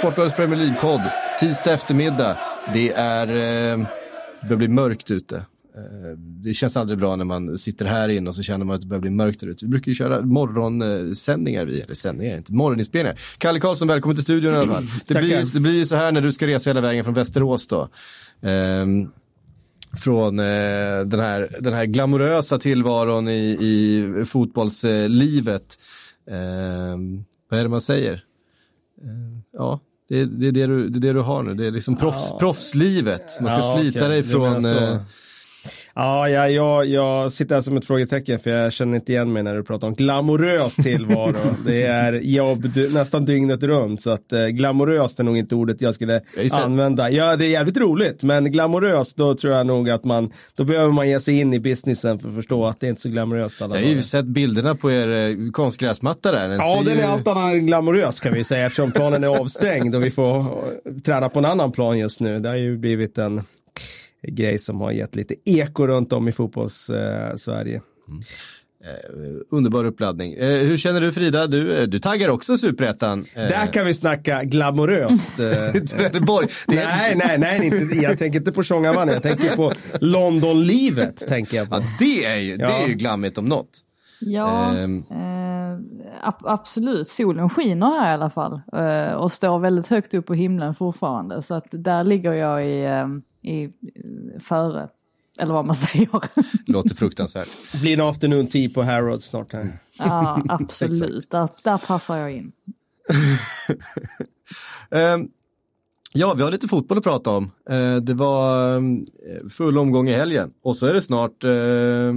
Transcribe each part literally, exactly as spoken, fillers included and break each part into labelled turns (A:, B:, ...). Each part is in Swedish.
A: Sportbladets Premier League-podd. Tisdag eftermiddag. Det är... Eh, det börjar bli mörkt ute. Eh, det känns aldrig bra när man sitter här inne och så känner man att det börjar bli mörkt ute. Vi brukar ju köra morgonsändningar, vi, eller sändningar, inte morgoninspelningar. Kalle Karlsson, välkommen till studion i alla fall. Det blir, det blir så här när du ska resa hela vägen från Västerås då. Eh, från eh, den, här, den här glamorösa tillvaron i, i fotbollslivet. Eh, vad är det man säger? Eh, ja, det, det, är det, du, det är det du har nu. Det är liksom proffs, ja. proffslivet. Man ska ja, slita okay. dig från... Eh,
B: Ja, ja jag, jag sitter här som ett frågetecken för jag känner inte igen mig när du pratar om glamorös tillvaro. Det är jobb d- nästan dygnet runt, så att eh, glamoröst är nog inte ordet jag skulle jag använda. Ja, det är jävligt roligt, men glamoröst, då tror jag nog att man, då behöver man ge sig in i businessen för att förstå att det är inte så glamoröst.
A: Jag har ju sett bilderna på er eh, konstgräsmatta där. Den
B: ja, den
A: ju...
B: är allt annat glamorös kan vi säga, eftersom planen är avstängd och vi får träna på en annan plan just nu. Det har ju blivit en grej som har gett lite eko runt om i fotbolls-Sverige.
A: Mm. Eh, underbar uppladdning. Eh, hur känner du, Frida? Du, du taggar också Superettan.
B: Eh. Där kan vi snacka glamoröst.
A: Trelleborg.
B: nej, nej, nej. Inte, jag tänker inte på Tjongavann. Jag tänker på Londonlivet. Tänker jag på.
A: Ja, det är ju, ja. det är ju glammigt om något.
C: Ja, eh, eh, ab- absolut. Solen skiner här i alla fall. Eh, och står väldigt högt upp på himlen fortfarande. Så att där ligger jag i... Eh, i före, eller vad man säger.
A: Låter fruktansvärt.
B: Blir en afternoon tea på Harrods snart här.
C: Ja, absolut. där, där passar jag in.
A: um, ja, vi har lite fotboll att prata om. Uh, det var um, full omgång i helgen. Och så är det snart uh,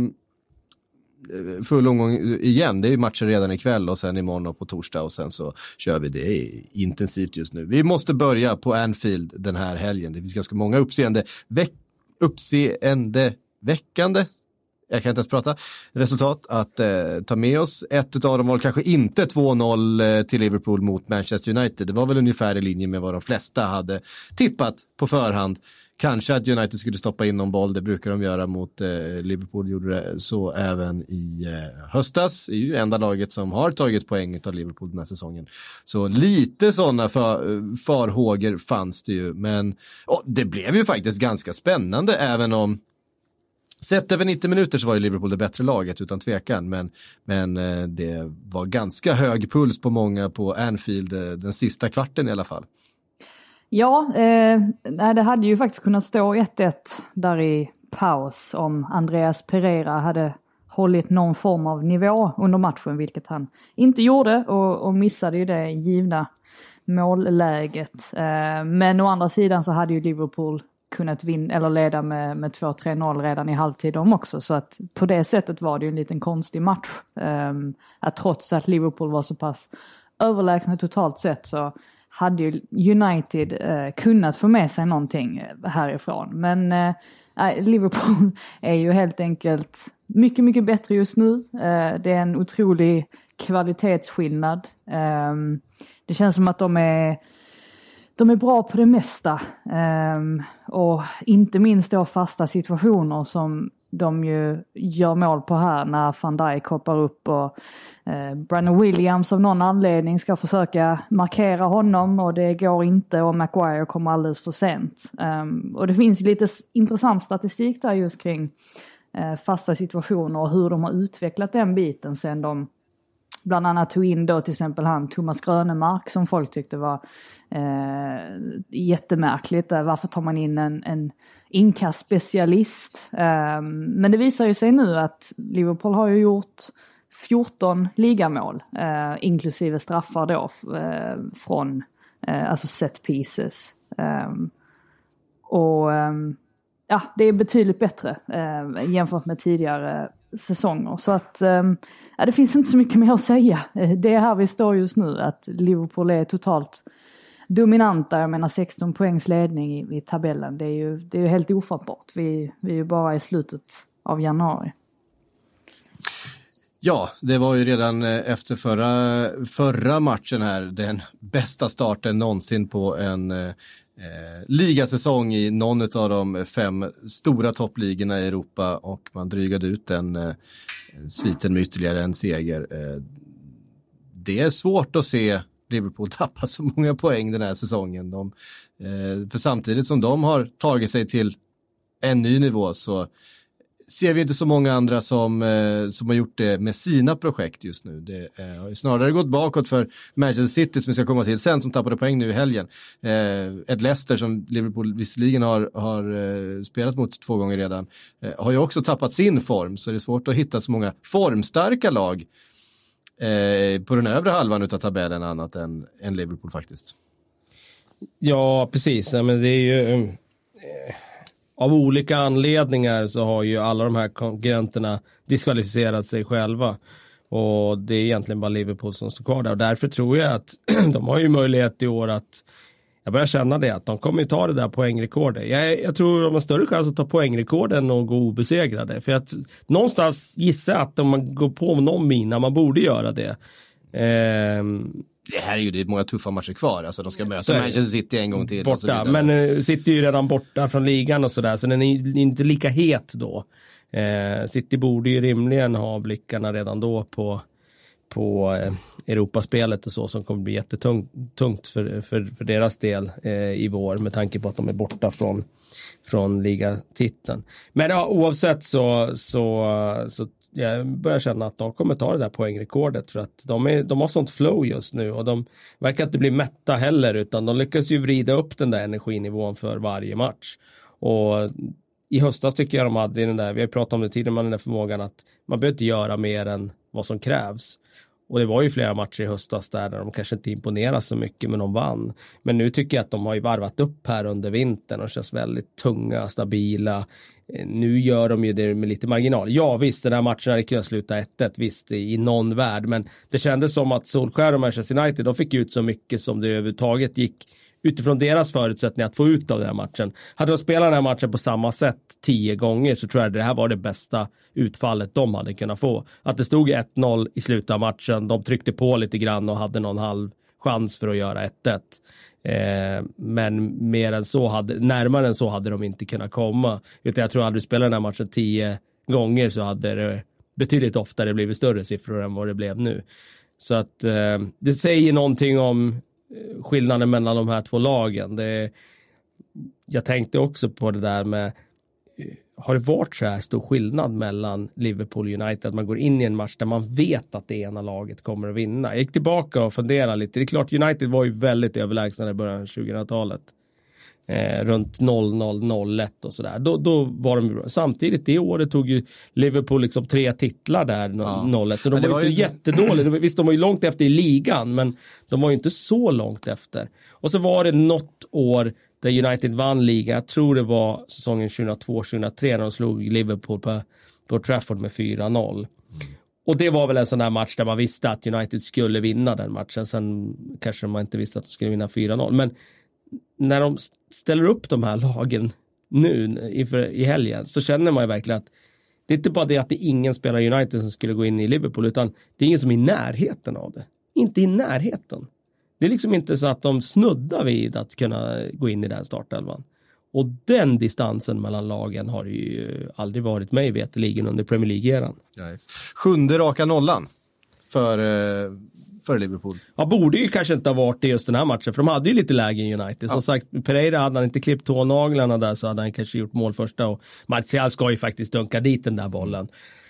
A: full omgång igen. Det är ju matcher redan ikväll och sen imorgon och på torsdag och sen så kör vi det intensivt just nu. Vi måste börja på Anfield den här helgen. Det finns ganska många uppseende veck, uppseende väckande, jag kan inte ens prata, resultat att eh, ta med oss. Ett av dem var kanske inte två noll eh, till Liverpool mot Manchester United. Det var väl ungefär i linje med vad de flesta hade tippat på förhand. Kanske att United skulle stoppa in någon boll, det brukar de göra mot eh, Liverpool, gjorde det så även i eh, höstas. Det är ju enda laget som har tagit poäng av Liverpool den här säsongen. Så lite sådana för, farhågor fanns det ju, men oh, det blev ju faktiskt ganska spännande, även om sett över nittio minuter så var ju Liverpool det bättre laget utan tvekan, men, men eh, det var ganska hög puls på många på Anfield eh, den sista kvarten i alla fall.
C: Ja, eh, nej, det hade ju faktiskt kunnat stå ett ett där i paus om Andreas Pereira hade hållit någon form av nivå under matchen, vilket han inte gjorde och, och missade ju det givna målläget. Eh, men å andra sidan så hade ju Liverpool kunnat vinna eller leda med, med två tre noll redan i halvtid om också, så att på det sättet var det ju en liten konstig match. Eh, att trots att Liverpool var så pass överlägsna totalt sett så hade ju United eh, kunnat få med sig någonting härifrån. Men eh, Liverpool är ju helt enkelt mycket, mycket bättre just nu. Eh, det är en otrolig kvalitetsskillnad. Eh, det känns som att de är, de är bra på det mesta. Eh, och inte minst då fasta situationer som de ju gör mål på här när Van Dijk hoppar upp och eh, Brandon Williams av någon anledning ska försöka markera honom och det går inte och Maguire kommer alldeles för sent. Um, och det finns lite intressant statistik där just kring eh, fasta situationer och hur de har utvecklat den biten sen de bland annat tog in då till exempel han Thomas Grönemark som folk tyckte var eh, jättemärkligt. Varför tar man in en, en inkastspecialist? Eh, men det visar ju sig nu att Liverpool har ju gjort fjorton ligamål, eh, inklusive straffar då eh, från eh, alltså set pieces. Eh, och eh, ja, det är betydligt bättre eh, jämfört med tidigare säsonger. Så att eh, det finns inte så mycket mer att säga. Det är här vi står just nu, att Liverpool är totalt dominanta. Jag menar sexton poängs ledning i, i tabellen. Det är ju, det är ju helt ofattbart. Vi, vi är ju bara i slutet av januari.
A: Ja, det var ju redan efter förra, förra matchen här den bästa starten någonsin på en eh, ligasäsong i någon av de fem stora toppligorna i Europa, och man drygade ut en eh, sviten med ytterligare en seger. Eh, det är svårt att se Liverpool tappar så många poäng den här säsongen. De, eh, för samtidigt som de har tagit sig till en ny nivå så ser vi inte så många andra som, eh, som har gjort det med sina projekt just nu. Det eh, har snarare gått bakåt för Manchester City som vi ska komma till sen, som tappade poäng nu i helgen. Eh, ett Leicester som Liverpool visserligen har, har eh, spelat mot två gånger redan eh, har ju också tappat sin form, så det är svårt att hitta så många formstarka lag eh, på den övre halvan utav tabellen annat än, än Liverpool faktiskt.
B: Ja, precis. Ja, men det är ju... Eh... Av olika anledningar så har ju alla de här konkurrenterna diskvalificerat sig själva. Och det är egentligen bara Liverpool som står kvar där. Och därför tror jag att de har ju möjlighet i år att, jag börjar känna det, att de kommer ju ta det där poängrekordet. Jag, jag tror de har större chans att ta poängrekorden och gå obesegrade. För att någonstans gissar att om man går på någon mina, man borde göra det. Ehm,
A: Det här är ju det är många tuffa matcher kvar. Alltså de ska möta Manchester City en gång till.
B: Borta, men uh, City är ju redan borta från ligan och sådär. Så den är inte lika het då. Uh, City borde ju rimligen ha blickarna redan då på, på uh, Europaspelet och så, som kommer bli jättetungt för, för, för deras del uh, i vår, med tanke på att de är borta från, från ligatiteln. Men ja, oavsett så, så, så jag börjar känna att de kommer ta det där poängrekordet, för att de, är, de har sånt flow just nu och de verkar inte bli mätta heller, utan de lyckas ju vrida upp den där energinivån för varje match. Och i höstas tycker jag de hade den där, vi har pratat om det tidigare, man den där förmågan att man behöver inte göra mer än vad som krävs. Och det var ju flera matcher i höstas där, där de kanske inte imponerar så mycket, men de vann. Men nu tycker jag att de har ju varvat upp här under vintern och känns väldigt tunga, stabila. Nu gör de ju det med lite marginal. Ja visst, den här matchen hade kunnat sluta ett ett visst i någon värld, men det kändes som att Solskjær och Manchester United, de fick ut så mycket som det överhuvudtaget gick utifrån deras förutsättningar att få ut av den här matchen. Hade de spelat den här matchen på samma sätt tio gånger så tror jag att det här var det bästa utfallet de hade kunnat få. Att det stod ett noll i slutet av matchen, de tryckte på lite grann och hade någon halv chans för att göra ett ett. Eh, men mer än så hade, närmare än så hade de inte kunnat komma. Utan jag tror att hade du spelat den här matchen tio gånger så hade det betydligt oftare blivit större siffror än vad det blev nu. Så att eh, det säger någonting om skillnaden mellan de här två lagen. Det, jag tänkte också på det där med, har det varit så här stor skillnad mellan Liverpool och United, att man går in i en match där man vet att det ena laget kommer att vinna? Jag gick tillbaka och funderade lite. Det är klart, United var ju väldigt överlägsna i början av tjugohundratalet. Eh, runt noll noll noll ett och sådär. Då, då var de bra. Samtidigt, det året tog ju Liverpool liksom tre titlar där, ja. noll ett. Så de var, var ju inte jättedåliga. Visst, de var ju långt efter i ligan, men de var ju inte så långt efter. Och så var det något år där United vann ligan. Jag tror det var säsongen tjugohundratvå tjugohundratre när de slog Liverpool på, på Trafford med fyra noll. Mm. Och det var väl en sån här match där man visste att United skulle vinna den matchen. Sen kanske man inte visste att de skulle vinna fyra noll. Men när de ställer upp de här lagen nu inför, i helgen, så känner man ju verkligen att det är inte bara det att det är ingen spelare United som skulle gå in i Liverpool, utan det är ingen som är i närheten av det. Inte i närheten. Det är liksom inte så att de snuddar vid att kunna gå in i den startelvan. Och den distansen mellan lagen har ju aldrig varit mig veteligen under Premier League-eran.
A: Nej. Sjunde raka nollan för, för Liverpool.
B: Ja, borde ju kanske inte ha varit det just den här matchen, för de hade ju lite läge i United. Som ja. sagt, Pereira, hade han inte klippt tånaglarna där så hade han kanske gjort mål första, och Martial ska ju faktiskt dunka dit den där bollen.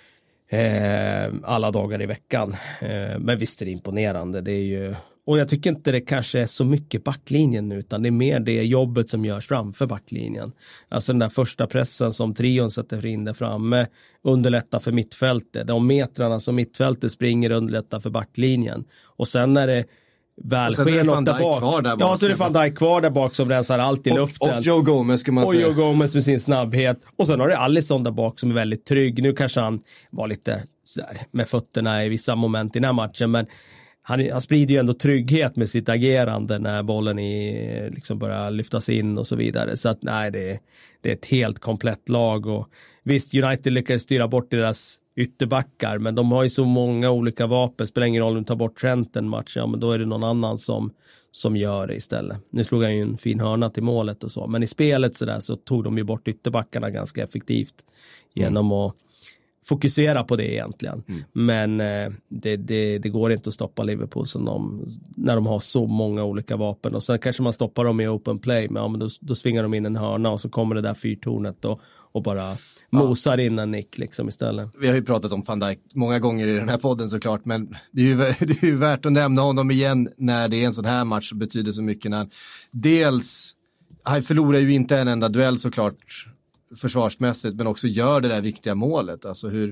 B: Eh, alla dagar i veckan. Eh, men visst är det imponerande. Det är ju... Och jag tycker inte det kanske är så mycket backlinjen nu, utan det är mer det jobbet som görs framför backlinjen. Alltså den där första pressen som trion sätter in där framme underlättar för mittfältet. De metrarna som mittfältet springer underlättar för backlinjen. Och sen när det väl sker något där bak. där bak. Ja, så är det Van Dijk kvar där bak som rensar allt i
A: och,
B: luften.
A: Och Joe Gomez ska man
B: och
A: säga.
B: Och Joe Gomez med sin snabbhet. Och sen har det Alisson där bak som är väldigt trygg. Nu kanske han var lite så här, med fötterna i vissa moment i den här matchen, men Han, han sprider ju ändå trygghet med sitt agerande när bollen i, liksom börjar lyftas in och så vidare. Så att nej, det är, det är ett helt komplett lag. Och visst, United lyckades styra bort deras ytterbackar, men de har ju så många olika vapen. Spelar ingen roll om de tar bort Trent en match, ja, men då är det någon annan som, som gör det istället. Nu slog han ju en fin hörna till målet och så, men i spelet så där så tog de ju bort ytterbackarna ganska effektivt genom mm. att fokusera på det egentligen.
A: Mm.
B: Men eh, det, det, det går inte att stoppa Liverpool som de, när de har så många olika vapen. Och sen kanske man stoppar dem i open play, men, ja, men då, då svingar de in en hörna och så kommer det där fyrtornet och, och bara mosar in en nick liksom istället.
A: Vi har ju pratat om Van Dijk många gånger i den här podden såklart, men det är ju, det är ju värt att nämna honom igen när det är en sån här match som betyder så mycket. När dels, han förlorar ju inte en enda duell såklart försvarsmässigt, men också gör det där viktiga målet. Alltså hur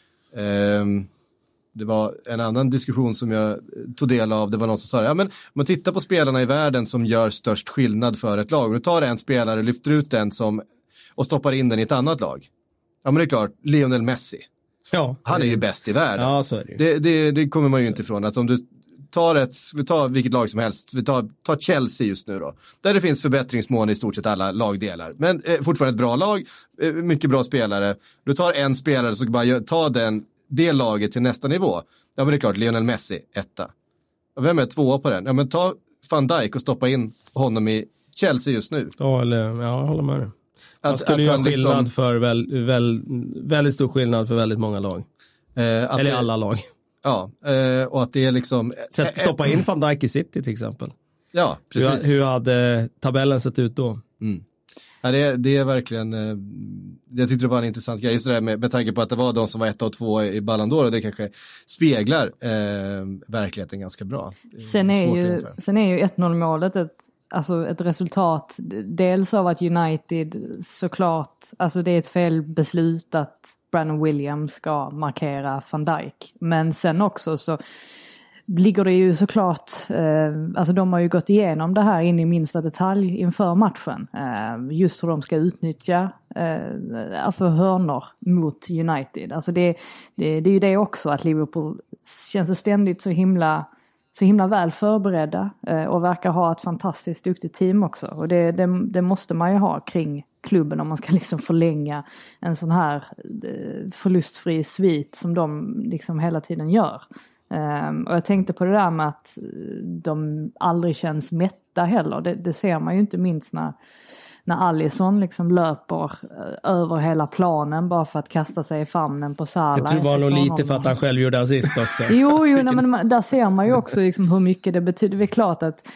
A: eh, det var en annan diskussion som jag tog del av, det var någon som sa, ja men om man tittar på spelarna i världen som gör störst skillnad för ett lag, och du tar en spelare, lyfter ut den som, och stoppar in den i ett annat lag. Ja men det är klart, Lionel Messi.
B: Ja,
A: han är ju bäst i världen.
B: Ja, så är det ju.
A: Det, det, det kommer man ju inte ifrån. Att om du tar ett, vi tar vilket lag som helst, vi tar, tar Chelsea just nu då, där det finns förbättringsmål i stort sett alla lagdelar, men eh, fortfarande ett bra lag, eh, mycket bra spelare. Du tar en spelare så bara gör, ta den, det laget till nästa nivå. Ja men det är klart, Lionel Messi, etta. Och vem är tvåa på den? Ja men ta Van Dijk och stoppa in honom i Chelsea just nu.
B: Ja, eller, ja jag håller med dig. Han
A: Att,
B: skulle göra
A: att
B: skillnad
A: liksom,
B: för väl, väl, väldigt stor skillnad för väldigt många lag.
A: eh, att
B: Eller
A: det,
B: alla lag.
A: Ja, eh, och att det är liksom...
B: Sätt, stoppa in Van Dijk i City till exempel.
A: Ja, precis.
B: Hur, hur hade tabellen sett ut då?
A: Mm. Ja, det, det är verkligen, eh, jag tyckte det var en intressant grej, just det där med, med tanke på att det var de som var ett och två i Ballon d'Or, och det kanske speglar eh, verkligheten ganska bra.
C: Sen är, ju, sen är ju ett noll målet ett, alltså ett resultat dels av att United såklart, alltså det är ett fel beslut att Brandon Williams ska markera Van Dijk, men sen också så ligger det ju såklart, eh, alltså de har ju gått igenom det här in i minsta detalj inför matchen. Eh, just hur de ska utnyttja eh, alltså hörnor mot United. Alltså det, det, det är ju det också, att Liverpool känns så ständigt så himla, så himla väl förberedda eh, och verkar ha ett fantastiskt duktigt team också. Och det, det, det måste man ju ha kring klubben om man ska liksom förlänga en sån här eh, förlustfri svit som de liksom hela tiden gör. Um, och jag tänkte på det där med att de aldrig känns mätta heller. Det, det ser man ju inte minst när, när Alisson liksom löper uh, över hela planen bara för att kasta sig i famnen på Salah.
B: Jag tror det var nog lite för att han själv gjorde assist också.
C: jo, jo nej, men man, där ser man ju också liksom hur mycket det betyder. Det är klart att,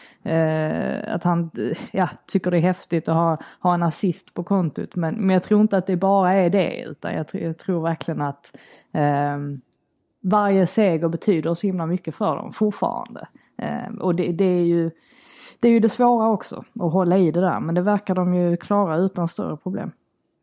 C: uh, att han ja, tycker det är häftigt att ha, ha en assist på kontot. Men, men jag tror inte att det bara är det, utan jag, jag tror verkligen att uh, varje seger betyder så himla mycket för dem fortfarande. Eh, och det, det, är ju, det är ju det svåra också, att hålla i det där. Men det verkar de ju klara utan större problem.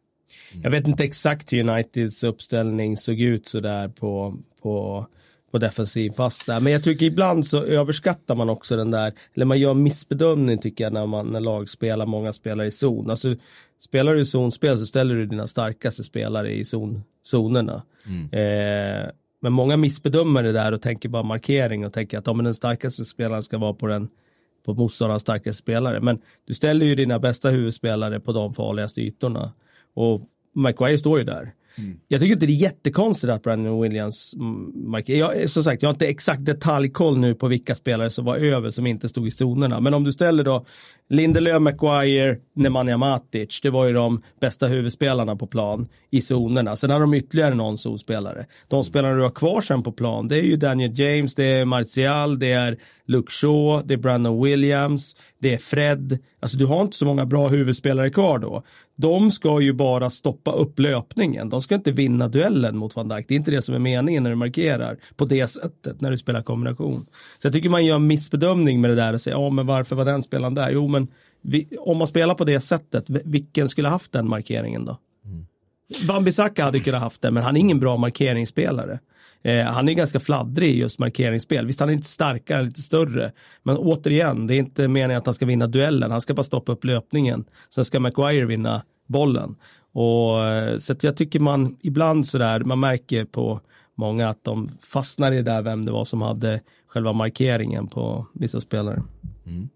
B: Jag vet inte exakt hur Uniteds uppställning såg ut så där på, på, på defensiv fast där. Men jag tycker ibland så överskattar man också den där, eller man gör missbedömning tycker jag när, man, när lag spelar, många spelar i zon. Alltså spelar du i zonspel så ställer du dina starkaste spelare i zon, zonerna. Mm. Eh, Men många missbedömer det där och tänker bara markering och tänker att ja, men den starkaste spelaren ska vara på den på motståndarens starkaste spelare. Men du ställer ju dina bästa huvudspelare på de farligaste ytorna. Och Maguire står ju där. Mm. Jag tycker inte det är jättekonstigt att Brandon Williams markerar. Jag, som sagt, jag har inte exakt detaljkoll nu på vilka spelare som var över som inte stod i zonerna. Men om du ställer då Lindelöf, Maguire, Nemanja Matic, det var ju de bästa huvudspelarna på plan i zonerna. Sen har de ytterligare någon zonspelare. De spelarna du har kvar sen på plan, det är ju Daniel James, det är Martial, det är Luke Shaw, det är Brandon Williams, det är Fred. Alltså du har inte så många bra huvudspelare kvar då. De ska ju bara stoppa upp löpningen. De ska inte vinna duellen mot Van Dijk. Det är inte det som är meningen när du markerar på det sättet när du spelar kombination. Så jag tycker man gör en missbedömning med det där och säger, ja men varför var den spelaren där? Jo men vi, om man spelar på det sättet, vilken skulle haft den markeringen då? Mm. Wan-Bissaka hade kunnat haft den, men han är ingen bra markeringsspelare. Eh, han är ganska fladdrig i just markeringsspel. Visst, han är inte starkare, lite större. Men återigen, det är inte meningen att han ska vinna duellen. Han ska bara stoppa upp löpningen. Sen ska Maguire vinna bollen. Och, eh, så att jag tycker man ibland sådär, man märker på många att de fastnar i det där vem det var som hade själva markeringen på vissa spelare.
A: Mm.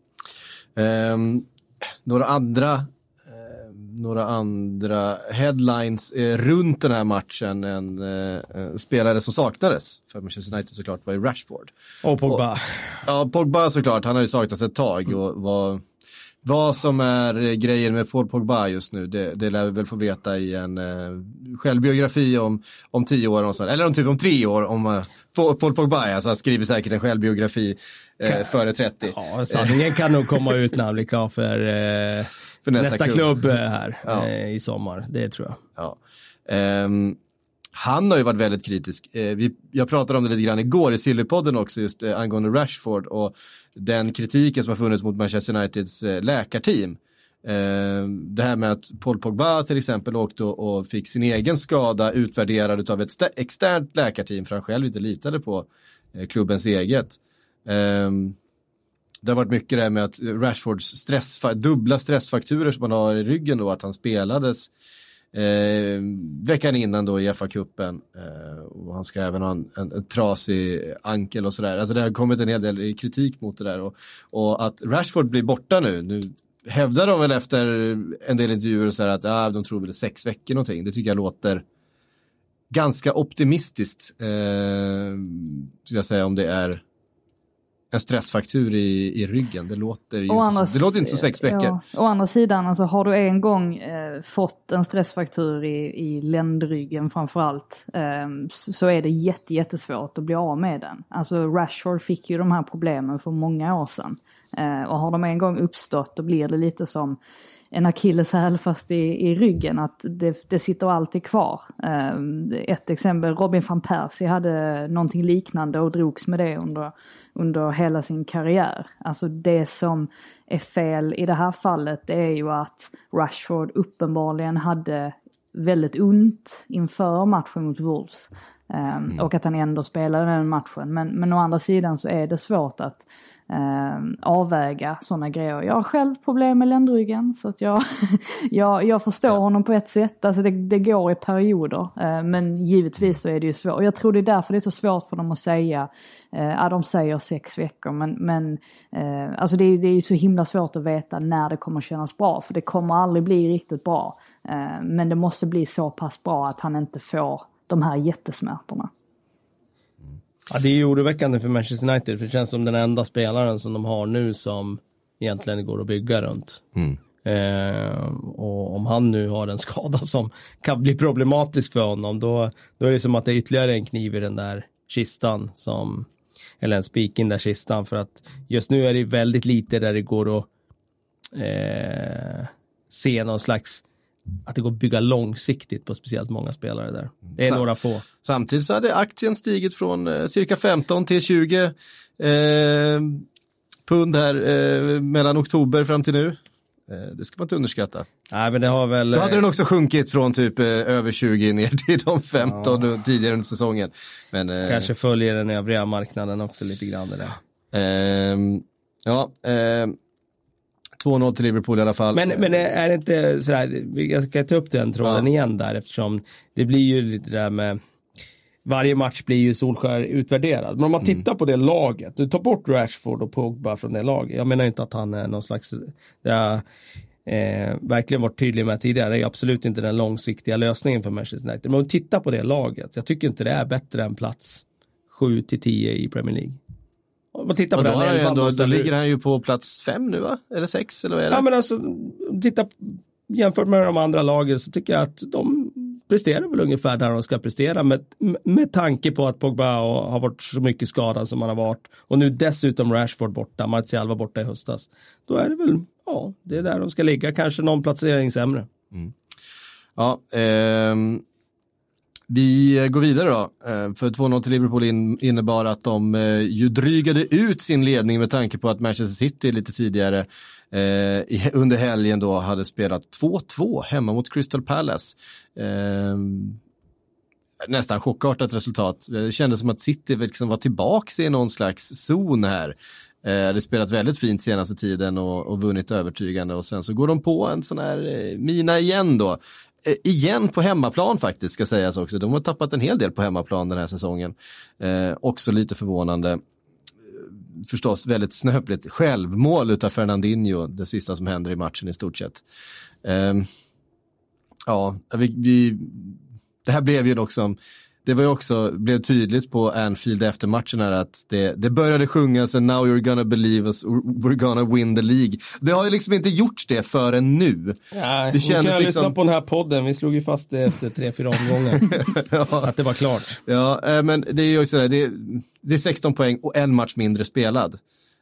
A: Um, några andra några andra headlines eh, runt den här matchen. En eh, spelare som saknades för Manchester United såklart var ju Rashford.
B: Och Pogba. Och,
A: ja, Pogba såklart. Han har ju saknats ett tag och var Vad som är grejen med Paul Pogba just nu, det, det lär vi väl få veta i en eh, självbiografi om, om tio år, och så, eller om typ om tre år om eh, Paul Pogba, alltså han skriver säkert en självbiografi eh, kan, före trettio.
B: Ja, sanningen kan nog komma ut när han blir klar för, eh, för nästa, nästa klubb, klubb här ja. eh, i sommar, det tror jag.
A: Ja. Um, han har ju varit väldigt kritisk. Eh, vi, jag pratade om det lite grann igår i Sillypodden också, just eh, angående Rashford och den kritiken som har funnits mot Manchester Uniteds eh, läkarteam. Eh, det här med att Paul Pogba till exempel åkte och, och fick sin egen skada utvärderad av ett st- externt läkarteam för han själv inte litade på eh, klubbens eget. Eh, det har varit mycket det här med att Rashfords stressfa- dubbla stressfakturer som man har i ryggen då, att han spelades Eh, veckan innan då i F A-cupen eh, och han ska även ha en, en, en trasig ankel och sådär. Alltså det har kommit en hel del kritik mot det där och, och att Rashford blir borta nu, nu hävdar de väl efter en del intervjuer och så här att ah, de tror väl sex veckor någonting. Det tycker jag låter ganska optimistiskt eh, skulle jag säga, om det är en stressfaktur i, i ryggen. Det låter ju inte, så, det låter inte så sex veckor. Ja,
C: å andra sidan, alltså, har du en gång eh, fått en stressfaktur i, i ländryggen framförallt eh, så, så är det jätte, jättesvårt att bli av med den. Alltså Rashford fick ju de här problemen för många år sedan. Eh, och har de en gång uppstått då blir det lite som en akilleshäl fast i, i ryggen, att det, det sitter alltid kvar. Um, ett exempel, Robin van Persie hade någonting liknande och drogs med det under, under hela sin karriär. Alltså det som är fel i det här fallet, det är ju att Rashford uppenbarligen hade väldigt ont inför matchen mot Wolves. Um, mm. Och att han ändå spelade den matchen. Men, men å andra sidan så är det svårt att um, avväga sådana grejer. Jag har själv problem med ländryggen. Så att jag, jag, jag förstår ja. honom på ett sätt. Alltså det, det går i perioder. Uh, men givetvis så är det ju svårt. Och jag tror det är därför det är så svårt för dem att säga. Uh, ja, de säger sex veckor. Men, men uh, alltså det, det är ju så himla svårt att veta när det kommer kännas bra. För det kommer aldrig bli riktigt bra. Uh, men det måste bli så pass bra att han inte får de här jättesmärtorna.
B: Ja, det är ju oroväckande för Manchester United, för det känns som den enda spelaren som de har nu som egentligen går att bygga runt. Mm. Eh, och om han nu har en skada som kan bli problematisk för honom, då, då är det som att det är ytterligare en kniv i den där kistan, som, eller en spik i den där kistan, för att just nu är det väldigt lite där det går att eh, se någon slags att det går att bygga långsiktigt på speciellt många spelare där. Det är Sam- några få.
A: Samtidigt så hade aktien stigit från eh, cirka femton till tjugo eh, pund här eh, mellan oktober fram till nu. Eh, det ska man inte underskatta.
B: Nej, men det har väl...
A: Då hade den också sjunkit från typ eh, över tjugo ner till de femton ja. tidigare under säsongen. Men, eh,
B: kanske följer den övriga marknaden också lite grann där.
A: Eh, ja, eh, två noll till Liverpool i alla fall.
B: Men, men är det inte sådär, jag ska ta upp den tråden ja. igen där, eftersom det blir ju lite där med, varje match blir ju Solskär utvärderad. Men om man tittar mm. på det laget, du tar bort Rashford och Pogba från det laget. Jag menar inte att han är någon slags, det har eh, verkligen varit tydlig med tidigare, det är absolut inte den långsiktiga lösningen för Manchester United. Men om du tittar på det laget, jag tycker inte det är bättre än plats sju till tio i Premier League. Man tittar på
A: då,
B: den
A: ändå, då ligger han ju på plats fem nu, va? Eller sex, eller vad är det?
B: Ja, men alltså, titta, jämfört med de andra lagen så tycker jag att de presterar väl ungefär där de ska prestera, med, med tanke på att Pogba har varit så mycket skadad som han har varit. Och nu dessutom Rashford borta, Martial var borta i höstas. Då är det väl, ja, det är där de ska ligga. Kanske någon placering sämre.
A: Mm. Ja, ehm... vi går vidare då, för två noll till Liverpool innebar att de ju drygade ut sin ledning med tanke på att Manchester City lite tidigare eh, under helgen då hade spelat två två hemma mot Crystal Palace. Eh, nästan chockartat resultat. Det kändes som att City liksom var tillbaka i någon slags zon här. Eh, det spelat väldigt fint senaste tiden och, och vunnit övertygande, och sen så går de på en sån här eh, mina igen då. Igen på hemmaplan faktiskt, ska sägas också. De har tappat en hel del på hemmaplan den här säsongen. Eh, också lite förvånande. Förstås väldigt snöpligt. Självmål utav Fernandinho, det sista som händer i matchen i stort sett. Eh, ja, vi, vi, det här blev ju också det var ju också, blev tydligt på Anfield efter matchen här att det, det började sjungas and now you're gonna believe us, we're gonna win the League. Det har ju liksom inte gjorts det förrän nu.
B: Ja,
A: det kändes
B: kan jag
A: liksom...
B: lyssna på den här podden, vi slog ju fast det efter tre, fyra omgångar. ja. Att det var klart.
A: Ja, men det är ju också det, det är, det är sexton poäng och en match mindre spelad.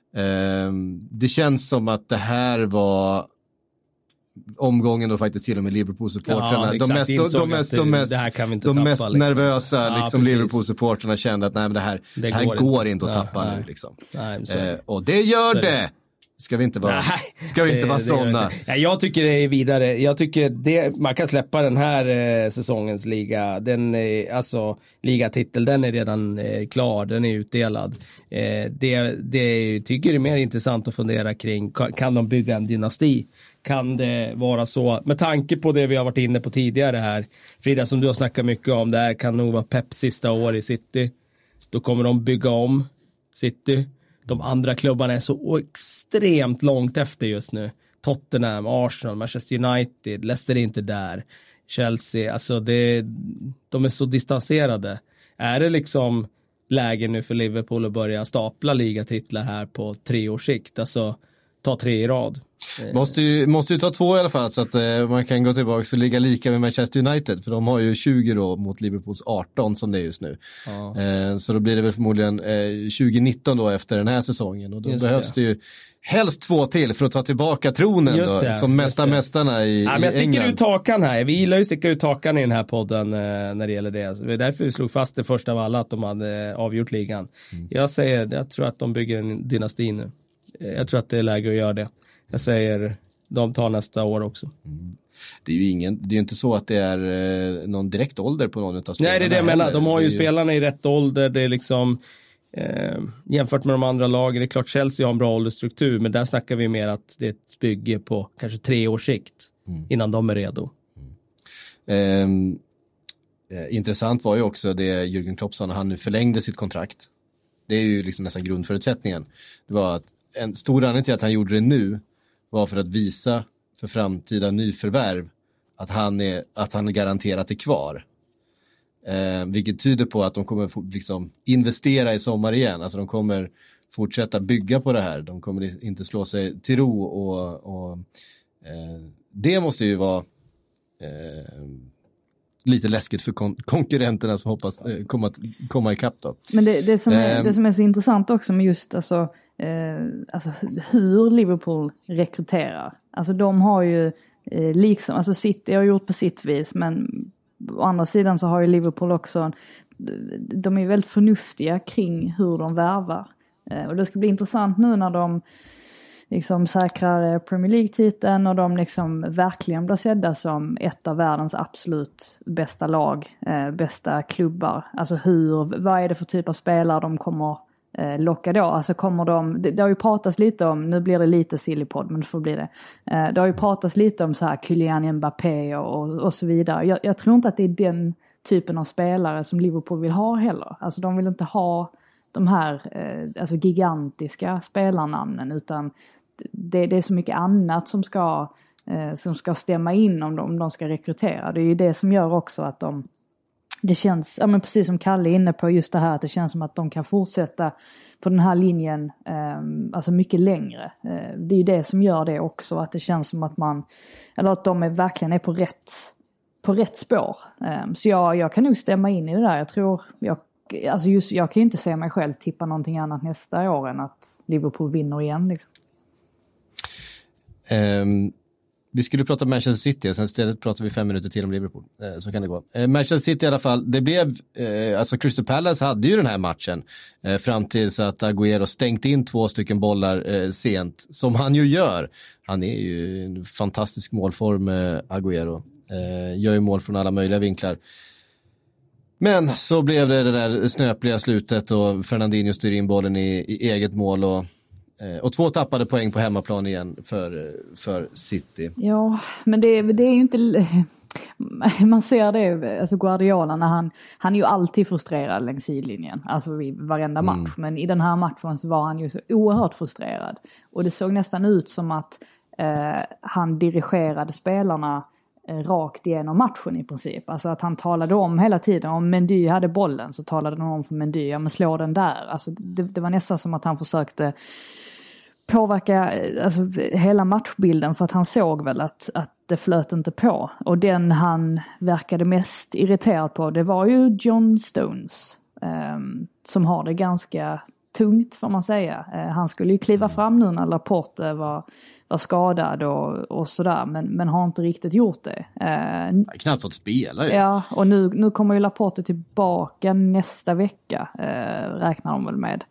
A: Det känns som att det här var omgången då faktiskt till och med Liverpool-supportrarna.
B: Ja,
A: de mest, de, de mest, de mest, de tappa, mest liksom. nervösa ja, liksom, Liverpool-supportrarna kände att nej, men det här, det det här går, går inte att tappa nej, nu. Liksom. Nej, eh, och det gör så det! Ska vi inte vara, nej, ska vi inte det, vara sådana?
B: Ja, jag tycker det är vidare. Jag tycker det, man kan släppa den här eh, säsongens liga. Den, eh, alltså, ligatitel, den är redan eh, klar. Den är utdelad. Eh, det, det tycker det är mer intressant att fundera kring. Kan, kan de bygga en dynasti? Kan det vara så? Med tanke på det vi har varit inne på tidigare här. Frida, som du har snackat mycket om. Det här kan nog vara Pep sista år i City. Då kommer de bygga om City. De andra klubbarna är så extremt långt efter just nu. Tottenham, Arsenal, Manchester United, Leicester är inte där. Chelsea, alltså det, de är så distanserade. Är det liksom läge nu för Liverpool att börja stapla ligatitlar här på tre års sikt? Alltså ta tre i rad.
A: Måste ju, måste ju ta två i alla fall så att eh, man kan gå tillbaka och ligga lika med Manchester United. För de har ju tjugo då mot Liverpools arton som det är just nu. Ja. Eh, så då blir det väl förmodligen eh, tjugo nitton då efter den här säsongen. Och då just behövs det. det ju helst två till för att ta tillbaka tronen då, det, som mesta mästarna i, ja, men jag
B: i England. Jag sticker ut takan här. Vi gillar ju sticka ut takan i den här podden eh, när det gäller det. Det är därför vi slog fast det första av alla att de hade eh, avgjort ligan. Mm. Jag säger, jag tror att de bygger en dynasti nu. Jag tror att det är läge att göra det. Jag säger, de tar nästa år också. Mm.
A: Det är ju ingen, det är ju inte så att det är eh, någon direkt ålder på någon av spelarna.
B: Nej, det är det jag menar. De har ju,
A: ju
B: spelarna i rätt ålder. Det är liksom eh, jämfört med de andra lagen. Det är klart Chelsea har en bra åldersstruktur, men där snackar vi mer att det är ett bygge på kanske tre års sikt mm. innan de är redo.
A: Mm. Eh, intressant var ju också det Jürgen Klopp sa när han nu förlängde sitt kontrakt. Det är ju liksom nästan grundförutsättningen. Det var att en stor anledning till att han gjorde det nu var för att visa för framtida nyförvärv att han är, att han är garanterat är kvar. Eh, vilket tyder på att de kommer liksom investera i sommar igen. Alltså de kommer fortsätta bygga på det här. De kommer inte slå sig till ro och, och eh, det måste ju vara eh, lite läskigt för kon- konkurrenterna som hoppas eh, komma, komma ikapp då.
C: Men det, det, som är, eh, det som är så intressant också med just alltså, eh, alltså hur Liverpool rekryterar. Alltså de har ju eh, liksom, alltså City har gjort på sitt vis, men å andra sidan så har ju Liverpool också, de är väldigt förnuftiga kring hur de värvar. Eh, och det ska bli intressant nu när de liksom säkrar Premier League-titeln och de liksom verkligen blir sedda som ett av världens absolut bästa lag, eh, bästa klubbar. Alltså hur, vad är det för typ av spelare de kommer eh, locka då? Alltså kommer de, det, det har ju pratats lite om, nu blir det lite silly podd, men det får bli det. Eh, det har ju pratats lite om så här Kylian Mbappé och, och, och så vidare. Jag, jag tror inte att det är den typen av spelare som Liverpool vill ha heller. Alltså de vill inte ha de här eh, alltså gigantiska spelarnamnen, utan det, det är så mycket annat som ska, eh, som ska stämma in om de, om de ska rekrytera. Det är ju det som gör också att de, det känns, ja men precis som Kalle är inne på just det här, att det känns som att de kan fortsätta på den här linjen eh, alltså mycket längre. Eh, det är ju det som gör det också, att det känns som att man, eller att de är, verkligen är på rätt, på rätt spår. Eh, så jag, jag kan nog stämma in i det där. Jag tror, jag Alltså just, jag kan ju inte se mig själv tippa någonting annat nästa år än att Liverpool vinner igen. Liksom.
A: Um, vi skulle prata om Manchester City och sen istället pratar vi fem minuter till om Liverpool. Uh, så kan det gå. Uh, Manchester City i alla fall, det blev, uh, alltså Crystal Palace hade ju den här matchen uh, fram till så att Agüero stängt in två stycken bollar uh, sent, som han ju gör. Han är ju en fantastisk målform, uh, Agüero. Uh, gör ju mål från alla möjliga vinklar. Men så blev det det där snöpliga slutet och Fernandinho styr in bollen i, i eget mål och, och två tappade poäng på hemmaplan igen för, för City.
C: Ja, men det, det är ju inte... Man ser det, alltså Guardiola, när han, han är ju alltid frustrerad längs sidlinjen, alltså i varenda match. Mm. Men i den här matchen så var han ju så oerhört frustrerad. Och det såg nästan ut som att eh, han dirigerade spelarna rakt igenom matchen i princip. Alltså att han talade om hela tiden, om Mendy hade bollen så talade han om för Mendy, ja men slå den där. Alltså det, det var nästan som att han försökte påverka alltså, hela matchbilden, för att han såg väl att, att det flöt inte på. Och den han verkade mest irriterad på, det var ju John Stones um, som har det ganska tungt får man säga. Uh, han skulle ju kliva fram nu när Laporte var, var skadad och, och sådär, men, men har inte riktigt gjort det. Uh,
A: knappt fått spela ju.
C: Ja, och nu, nu kommer ju Laporte tillbaka nästa vecka, uh, räknar de väl med.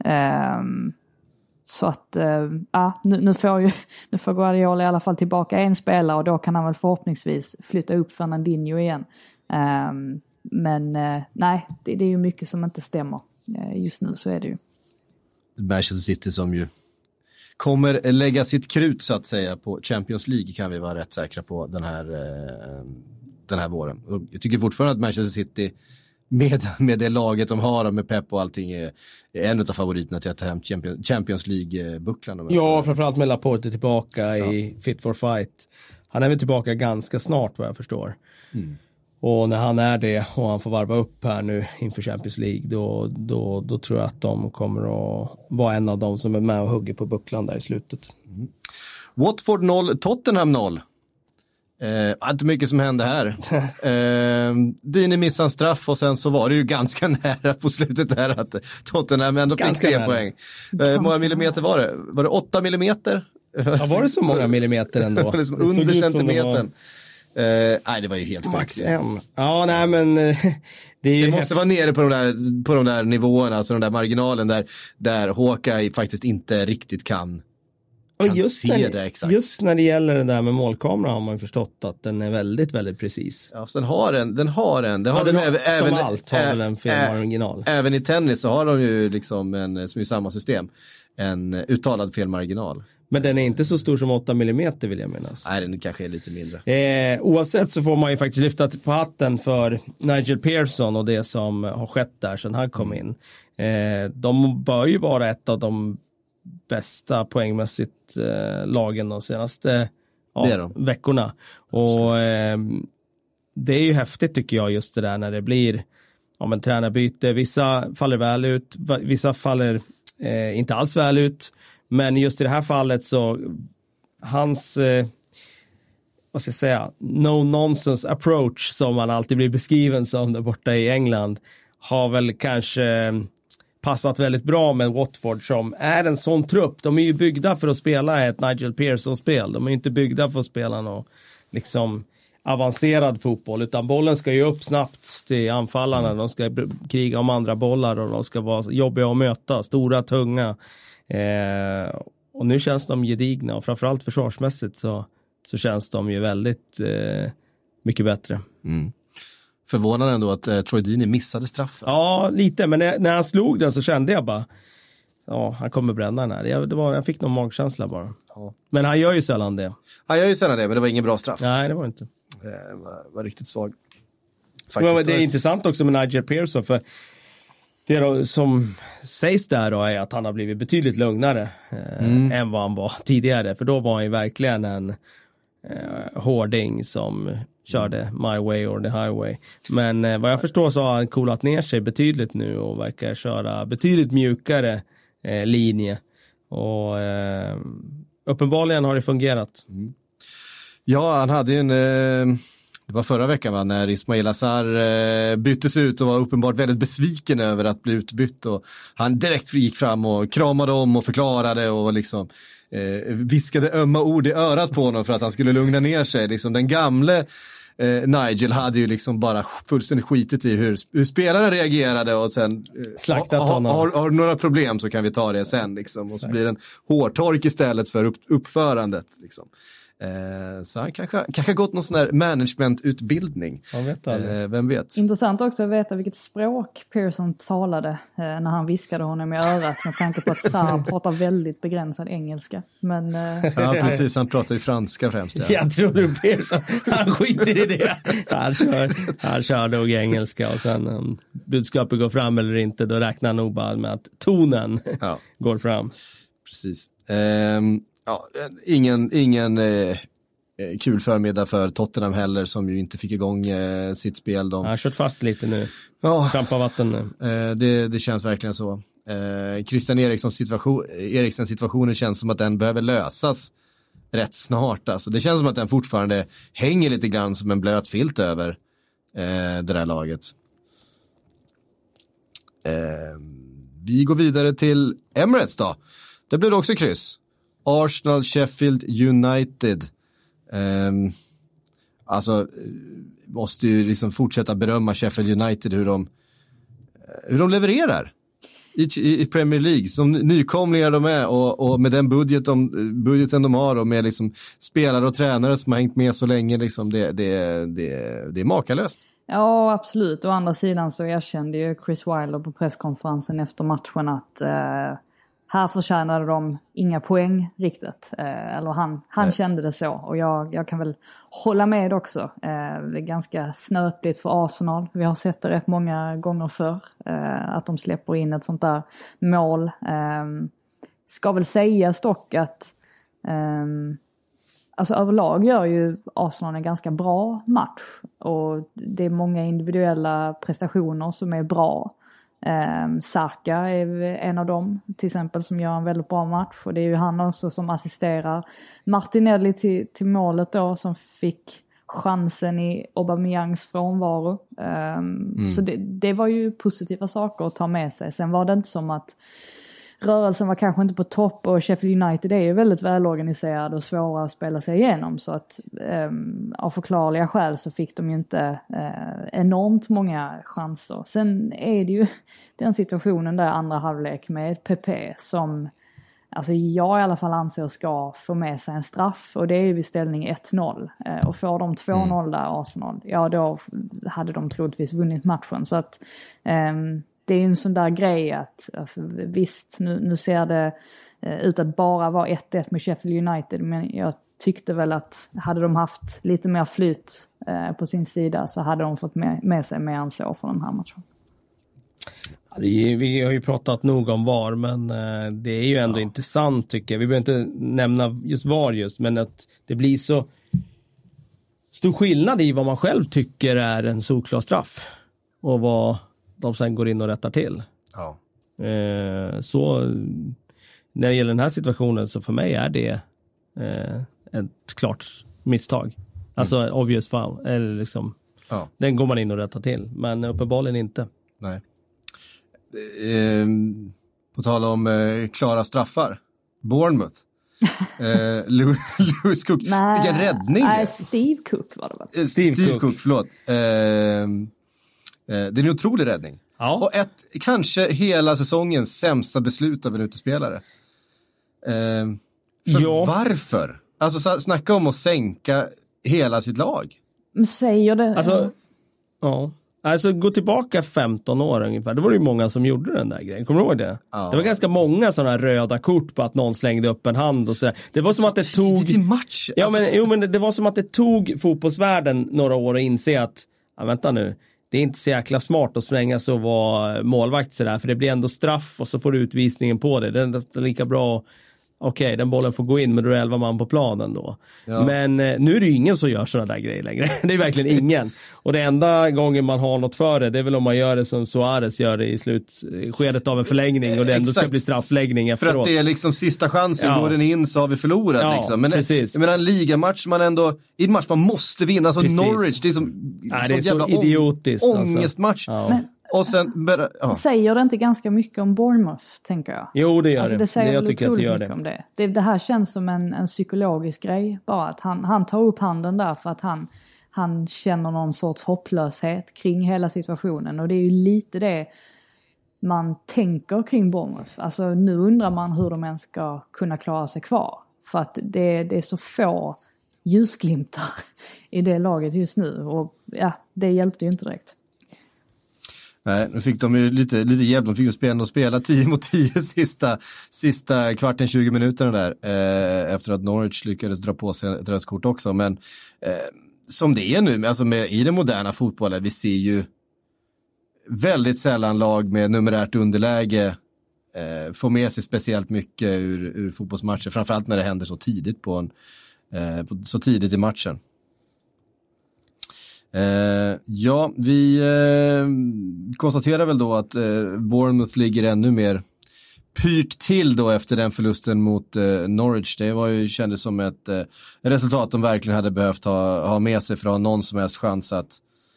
C: Um, Så att, ja, nu, nu, får ju, nu får Guardiola i alla fall tillbaka en spelare och då kan han väl förhoppningsvis flytta upp Fernandinho igen. Um, men uh, nej, det, det är ju mycket som inte stämmer. Uh, just nu så är det ju.
A: Manchester City som ju kommer lägga sitt krut så att säga på Champions League kan vi vara rätt säkra på den här, uh, den här våren. Och jag tycker fortfarande att Manchester City Med, med det laget de har och med Pep och allting är, är en av favoriterna till att ta hem Champions, Champions League-bucklan.
B: Ja, framförallt med Laporte tillbaka ja. i Fit for Fight. Han är väl tillbaka ganska snart vad jag förstår. Mm. Och när han är det och han får varva upp här nu inför Champions League då, då, då tror jag att de kommer att vara en av dem som är med och hugger på bucklan där i slutet.
A: Mm. Watford noll, Tottenham noll. Eh, inte mycket som hände här. eh, Dini missade en straff och sen så var det ju ganska nära på slutet där att Tottenham ändå fick tre poäng. Hur eh, många millimeter var det? Var det åtta millimeter?
B: Ja, var det så många millimeter ändå?
A: liksom under centimetern. Det var... eh, nej, det var ju helt
B: max en. Ja, nej men det, är ju
A: det måste vara nere på de där, på de där nivåerna, alltså den där marginalen där, där Hawkeye faktiskt inte riktigt kan
B: Och just när, det,
A: exakt.
B: just när det gäller det där med målkamera har man ju förstått att den är väldigt, väldigt precis.
A: Ja, den har en, den har en. Det har
B: ja,
A: de
B: har,
A: även,
B: som allt har väl en felmarginal.
A: Ä, även i tennis så har de ju liksom en, som i samma system, en uttalad felmarginal.
B: Men den är inte så stor som åtta millimeter vill jag minnas.
A: Nej, den kanske är lite mindre.
B: Eh, oavsett så får man ju faktiskt lyfta på hatten för Nigel Pearson och det som har skett där sedan han kom in. Eh, de bör ju vara ett av de bästa poängmässigt eh, lagen de senaste ja, de. veckorna. Och eh, det är ju häftigt tycker jag just det där när det blir ja, men, tränarbyte. Vissa faller väl ut, vissa faller eh, inte alls väl ut. Men just i det här fallet så hans eh, vad ska jag säga, no nonsense approach som han alltid blir beskriven som där borta i England har väl kanske passat väldigt bra med Watford som är en sån trupp. De är ju byggda för att spela ett Nigel Pearson-spel. De är ju inte byggda för att spela någon liksom avancerad fotboll utan bollen ska ju upp snabbt till anfallarna. De ska kriga om andra bollar och de ska vara jobbiga att möta. Stora, tunga. Eh, och nu känns de gedigna och framförallt försvarsmässigt så, så känns de ju väldigt eh, mycket bättre.
A: Mm. Förvånande ändå att eh, Troy Deeney missade straffen.
B: Ja, lite. Men när, när han slog den så kände jag bara ja, han kommer bränna den här. Jag, det var, jag fick någon magkänsla bara. Ja. Men han gör ju sällan det.
A: Han gör ju sällan det, men det var ingen bra straff.
B: Nej, det var inte.
A: Det var, var riktigt svag.
B: Faktiskt, det är intressant också med Nigel Pearson för det då, som sägs där då är att han har blivit betydligt lugnare eh, mm. än vad han var tidigare. För då var han ju verkligen en eh, hårding som körde my way or the highway. Men eh, vad jag förstår så har han coolat ner sig betydligt nu och verkar köra betydligt mjukare eh, linje. Och eh, uppenbarligen har det fungerat.
A: Mm. Ja, han hade ju en... Eh... Det var förra veckan va, när Ismail Azar eh, byttes ut och var uppenbart väldigt besviken över att bli utbytt. Och han direkt gick fram och kramade om och förklarade och liksom eh, viskade ömma ord i örat på honom för att han skulle lugna ner sig. Liksom, den gamle eh, Nigel hade ju liksom bara fullständigt skitit i hur, hur spelaren reagerade och sen eh,
B: slaktat
A: ha,
B: honom.
A: Har, har några problem så kan vi ta det sen. Liksom. Och så blir det en hårtork istället för upp, uppförandet. Liksom. Eh, så han kanske, kanske gått någon sån här managementutbildning.
B: Vet
A: eh, vem vet?
C: Intressant också att veta vilket språk Pearson talade eh, när han viskade honom i örat med tanke på att Sarr pratar väldigt begränsad engelska. Men, eh,
A: ja, precis. Han pratar ju franska främst. Ja.
B: Jag tror du Pearson, han skiter i det. Han kör, han kör nog engelska och sen om budskapet går fram eller inte, då räknar han nog bara med att tonen ja. går fram.
A: Precis. Um, Ja, ingen, ingen, eh, eh, kul förmiddag för Tottenham heller, som ju inte fick igång eh, sitt spel. De
B: Jag har kört fast lite nu.
A: Ja,
B: Trampa vatten nu.
A: eh, det, det känns verkligen så. Eh, Christian Erikssons situation, Eriksens situationen känns som att den behöver lösas rätt snart. Alltså. Det känns som att den fortfarande hänger lite grann som en blöt filt över eh, det där laget. Eh, vi går vidare till Emirates då. Det blev också kryss. Arsenal, Sheffield United. Eh, alltså, måste ju liksom fortsätta berömma Sheffield United hur de, hur de levererar i, i Premier League. Som nykomlingar de är och, och med den budget de, budgeten de har och med liksom spelare och tränare som har hängt med så länge. Liksom det, det, det, det är makalöst.
C: Ja, absolut. Å andra sidan så erkände ju Chris Wilder på presskonferensen efter matchen att eh, här förtjänade de inga poäng riktigt. Eh, eller han, han kände det så. Och jag, jag kan väl hålla med också. Eh, det är ganska snöpligt för Arsenal. Vi har sett det rätt många gånger förr. Eh, att de släpper in ett sånt där mål. Eh, ska väl sägas dock att eh, alltså överlag gör ju Arsenal en ganska bra match. Och det är många individuella prestationer som är bra. Um, Saka är en av dem till exempel som gör en väldigt bra match. Och det är ju han också som assisterar Martinelli till, till målet då, som fick chansen i Aubameyangs frånvaro. Um, mm. Så det, det var ju positiva saker att ta med sig. Sen var det inte som att rörelsen var kanske inte på topp, och Sheffield United är ju väldigt välorganiserad och svåra att spela sig igenom, så att eh, av förklarliga skäl så fick de ju inte eh, enormt många chanser. Sen är det ju den situationen där andra halvlek med P P som alltså jag i alla fall anser ska få med sig en straff, och det är ju vid ställning ett noll. Eh, och får de två noll mm. där Arsenal, ja då hade de troligtvis vunnit matchen. Så att eh, det är ju en sån där grej att alltså, visst, nu, nu ser det eh, ut att bara vara ett ett med Sheffield United, men jag tyckte väl att hade de haft lite mer flyt eh, på sin sida så hade de fått med, med sig mer än så för den här matchen.
B: Vi, vi har ju pratat nog om V A R, men eh, det är ju ändå ja. intressant tycker jag. Vi behöver inte nämna just V A R just, men att det blir så stor skillnad i vad man själv tycker är en solklar straff och vad de sen går in och rättar till.
A: Ja.
B: Eh, så när det gäller den här situationen så för mig är det eh, ett klart misstag. Alltså mm. obvious foul. Eller liksom, ja. Den går man in och rättar till. Men uppenbarligen inte.
A: Nej. Eh, på tal om eh, klara straffar. Bournemouth. eh, Lewis Cook.
C: Nej,
A: vilken räddning.
C: Nej, Steve Cook var det väl?
A: Eh, Steve, Steve Cook. Cook, förlåt. Eh, Det är en otrolig räddning. Ja. Och ett, kanske hela säsongens sämsta beslut av en utespelare. Eh, för ja. Varför? Alltså snacka om att sänka hela sitt lag.
C: Men säger det...
B: Alltså, ja. Alltså gå tillbaka femton år ungefär. Det var ju många som gjorde den där grejen. Kommer du ihåg det? Ja. Det var ganska många sådana röda kort på att någon slängde upp en hand och så. Det var som så att det tog...
A: i match.
B: Ja,
A: alltså...
B: men, jo, men det, det var som att det tog fotbollsvärlden några år att inse att ja, vänta nu. Det är inte så jäkla smart att svänga så och vara målvakt sådär. För det blir ändå straff och så får du utvisningen på det. Det är lika bra. Okej, okay, den bollen får gå in men du är elva man på planen då. Ja. Men eh, nu är det ju ingen som gör sådana där grejer längre. Det är verkligen ingen. Och det enda gången man har något för det, det är väl om man gör det som Suarez gör det i slutskedet av en förlängning och det ändå ska bli straffläggning efteråt.
A: För att det är liksom sista chansen, ja. Går den in så har vi förlorat. Ja, liksom. Men
B: precis.
A: Jag menar en ligamatch man ändå, i en match man måste vinna, så alltså Norwich, det är som
B: Nej, det är så idiotiskt.
A: Ångestmatch.
B: Alltså. Ja.
A: Och sen, ja.
C: Säger det inte ganska mycket om Bournemouth, tänker jag?
B: Jo, det gör
C: alltså,
B: det.
C: det. Säger
B: det jag tycker att det gör det.
C: Om det. det. Det här känns som en, en psykologisk grej. Bara att han, han tar upp handen där för att han, han känner någon sorts hopplöshet kring hela situationen. Och det är ju lite det man tänker kring Bournemouth. Alltså nu undrar man hur de ens ska kunna klara sig kvar. För att det, det är så få ljusglimtar i det laget just nu. Och ja, det hjälpte ju inte direkt.
A: Nej, nu fick de ju lite, lite hjälp. De fick ju spela och spela tio mot tio sista, sista kvarten, tjugo minuterna där. Eh, efter att Norwich lyckades dra på sig ett rött kort också. Men eh, som det är nu, alltså med, i den moderna fotbollen, vi ser ju väldigt sällan lag med numerärt underläge eh, få med sig speciellt mycket ur, ur fotbollsmatcher. Framförallt när det händer så tidigt på en, eh, så tidigt i matchen. Eh, ja, vi eh, konstaterar väl då att eh, Bournemouth ligger ännu mer pyrt till då efter den förlusten mot eh, Norwich. Det var ju, kändes som ett eh, resultat de verkligen hade behövt ha, ha med sig för att ha någon som helst chans att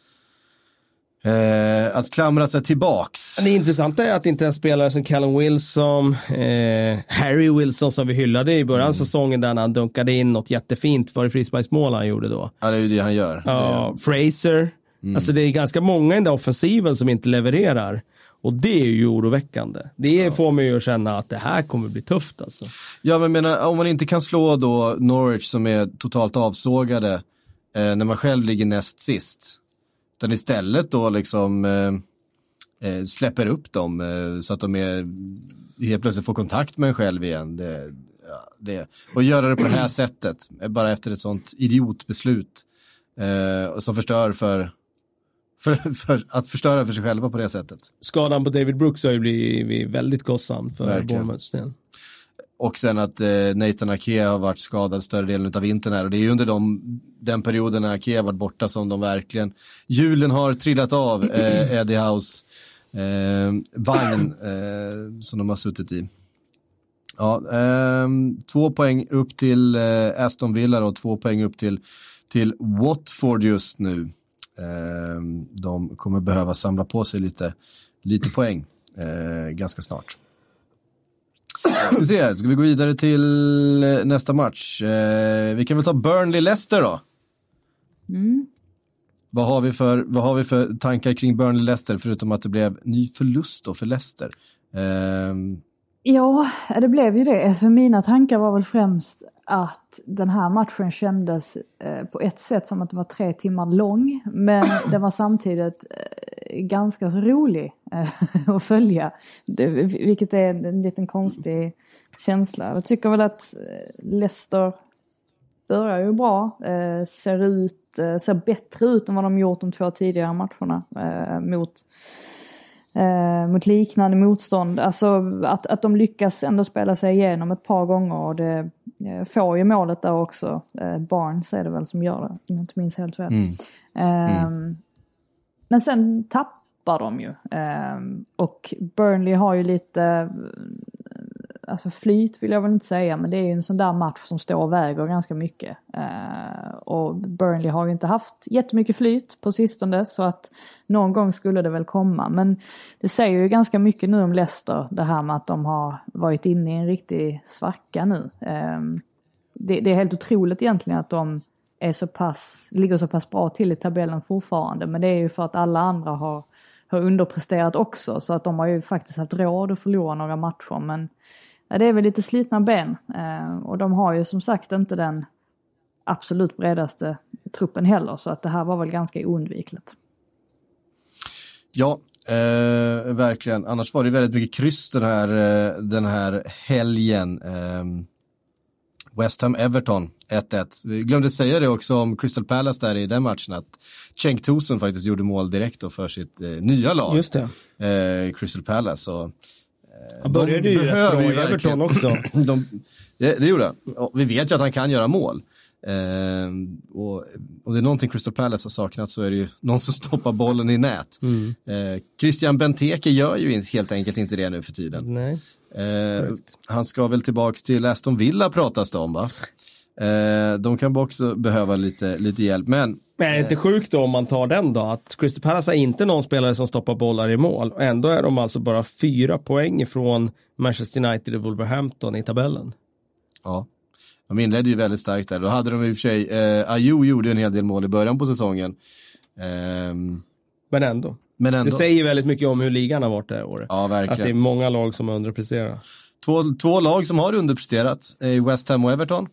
A: Eh, att klamra sig tillbaks.
B: Det intressanta är att inte en spelare som Callum Wilson, eh, Harry Wilson som vi hyllade i början av mm. säsongen där han dunkade in något jättefint för frisparksmål han gjorde då.
A: Ja, det är ju det han gör.
B: Ja, Fraser. Mm. Alltså det är ganska många i den offensiven som inte levererar. Och det är ju oroväckande. Det ja. får mig ju att känna att det här kommer bli tufft alltså. Ja, men menar, om man inte kan slå då Norwich som är totalt avsågade eh, när man själv ligger näst sist. Utan istället då liksom eh, släpper upp dem eh, så att de är, helt plötsligt får kontakt med en själv igen. Det, ja, det. Och göra det på det här sättet, bara efter ett sånt idiotbeslut eh, som förstör för, för, för att förstöra för sig själva på det sättet. Skadan på David Brooks har ju blivit väldigt kostsam för Bournemouths del.
A: Och sen att eh, Nathan Ake har varit skadad större delen av vintern här. Och det är ju under de, den perioden när Ake har varit borta som de verkligen... Julen har trillat av eh, Eddie House eh, vagn eh, som de har suttit i. Ja, eh, två poäng upp till eh, Aston Villa och två poäng upp till, till Watford just nu. Eh, de kommer behöva samla på sig lite, lite poäng eh, ganska snart. Ska vi se, ska vi gå vidare till nästa match? Eh, vi kan väl ta Burnley-Leicester då.
C: Mm.
A: Vad har vi för, vad har vi för tankar kring Burnley-Leicester förutom att det blev ny förlust då för Leicester? Eh...
C: Ja, det blev ju det. För mina tankar var väl främst att den här matchen kändes eh, på ett sätt som att det var tre timmar lång. Men den var samtidigt eh, ganska rolig eh, att följa. Det, vilket är en liten konstig känsla. Jag tycker väl att Leicester börjar ju bra. Eh, ser, ut, eh, ser bättre ut än vad de gjort de två tidigare matcherna eh, mot... Eh, mot liknande motstånd. Alltså att, att de lyckas ändå spela sig igenom ett par gånger och det eh, får ju målet där också. Eh, Barnes är det väl som gör det, om jag inte minns helt fel. Mm. Eh, mm. Men sen tappar de ju. Eh, och Burnley har ju lite alltså flyt vill jag väl inte säga, men det är ju en sån där match som står och väger ganska mycket. Eh, och Burnley har ju inte haft jättemycket flyt på sistone, så att någon gång skulle det väl komma. Men det säger ju ganska mycket nu om Leicester, det här med att de har varit inne i en riktig svacka nu. Eh, det, det är helt otroligt egentligen att de är så pass, ligger så pass bra till i tabellen fortfarande, men det är ju för att alla andra har, har underpresterat också, så att de har ju faktiskt haft råd att förlora några matcher, men ja, det är väl lite slitna ben. Eh, och de har ju som sagt inte den absolut bredaste truppen heller. Så att det här var väl ganska oundvikligt.
A: Ja, eh, verkligen. Annars var det väldigt mycket kryss den här, den här helgen. Eh, West Ham Everton ett ett. Vi glömde säga det också om Crystal Palace där i den matchen, att Cenk Tosun faktiskt gjorde mål direkt då för sitt eh, nya lag.
B: Just det.
A: Eh, Crystal Palace. Och
B: han började ju rätt bra i Everton också.
A: de, det, det gjorde han. Och vi vet ju att han kan göra mål. Eh, och om det är någonting Crystal Palace har saknat så är det ju någon som stoppar bollen i nät. Mm. Eh, Christian Benteke gör ju helt enkelt inte det nu för tiden.
B: Nej.
A: Eh, han ska väl tillbaks till Aston Villa pratas det om, va? Eh, de kan också behöva lite, lite hjälp. Men,
B: men är det inte sjukt då om man tar den då? Att Crystal Palace har inte någon spelare som stoppar bollar i mål. Och ändå är de alltså bara fyra poäng från Manchester United och Wolverhampton i tabellen.
A: Ja, de inledde ju väldigt starkt där. Då hade de i och för sig, eh, Ayew gjorde en hel del mål i början på säsongen. Eh,
B: men, ändå.
A: men ändå.
B: Det säger väldigt mycket om hur ligan har varit det här året.
A: Ja, verkligen.
B: Att det är många lag som har underpresterat.
A: Två, två lag som har underpresterat i West Ham och Everton.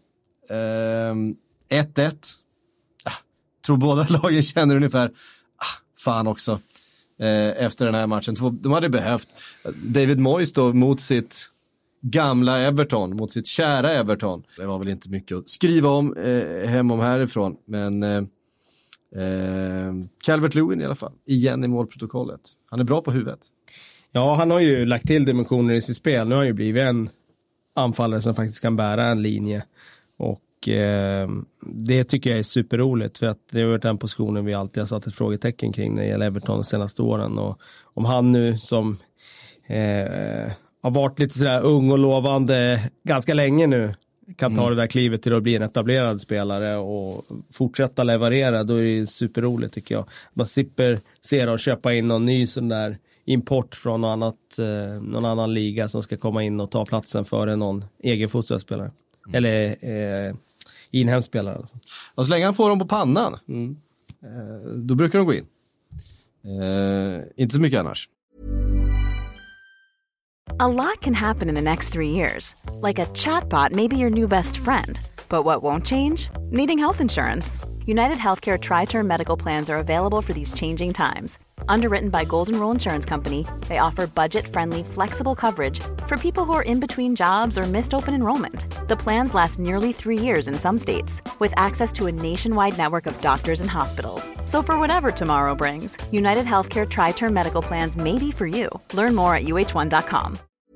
A: ett ett. Ah, tror båda lagen känner ungefär ah, fan också eh, efter den här matchen. Två, de hade behövt David Moyes då mot sitt gamla Everton, mot sitt kära Everton. Det var väl inte mycket att skriva om eh, hem om härifrån, men eh, eh, Calvert-Lewin i alla fall igen i målprotokollet. Han är bra på huvudet.
B: Ja, han har ju lagt till dimensioner i sitt spel. Nu har han ju blivit en anfallare som faktiskt kan bära en linje. Och och eh, det tycker jag är superroligt, för att det har varit den positionen vi alltid har satt ett frågetecken kring när det gäller Everton de senaste åren, och om han nu som eh, har varit lite sådär ung och lovande ganska länge nu kan ta mm. det där klivet till att bli en etablerad spelare och fortsätta leverera, då är det superroligt tycker jag. Man slipper se och köpa in någon ny sån där import från någon, annat, eh, någon annan liga som ska komma in och ta platsen före någon egen fotbollsspelare. Mm. Eller eh, inhemsk spelare.
A: Och så länge han får dem på pannan, mm. eh, då brukar de gå in. Eh, inte så mycket annars.
D: A lot can happen in the next three years. Like a chatbot may be your new best friend. But what won't change? Needing health insurance. United Healthcare Tri-Term Medical Plans are available for these changing times. Underwritten by Golden Rule Insurance Company, they offer budget-friendly, flexible coverage for people who are in between jobs or missed open enrollment. The plans last nearly three years in some states, with access to a nationwide network of doctors and hospitals. So for whatever tomorrow brings, United Healthcare Tri-Term Medical Plans may be for you. Learn more at U H one dot com.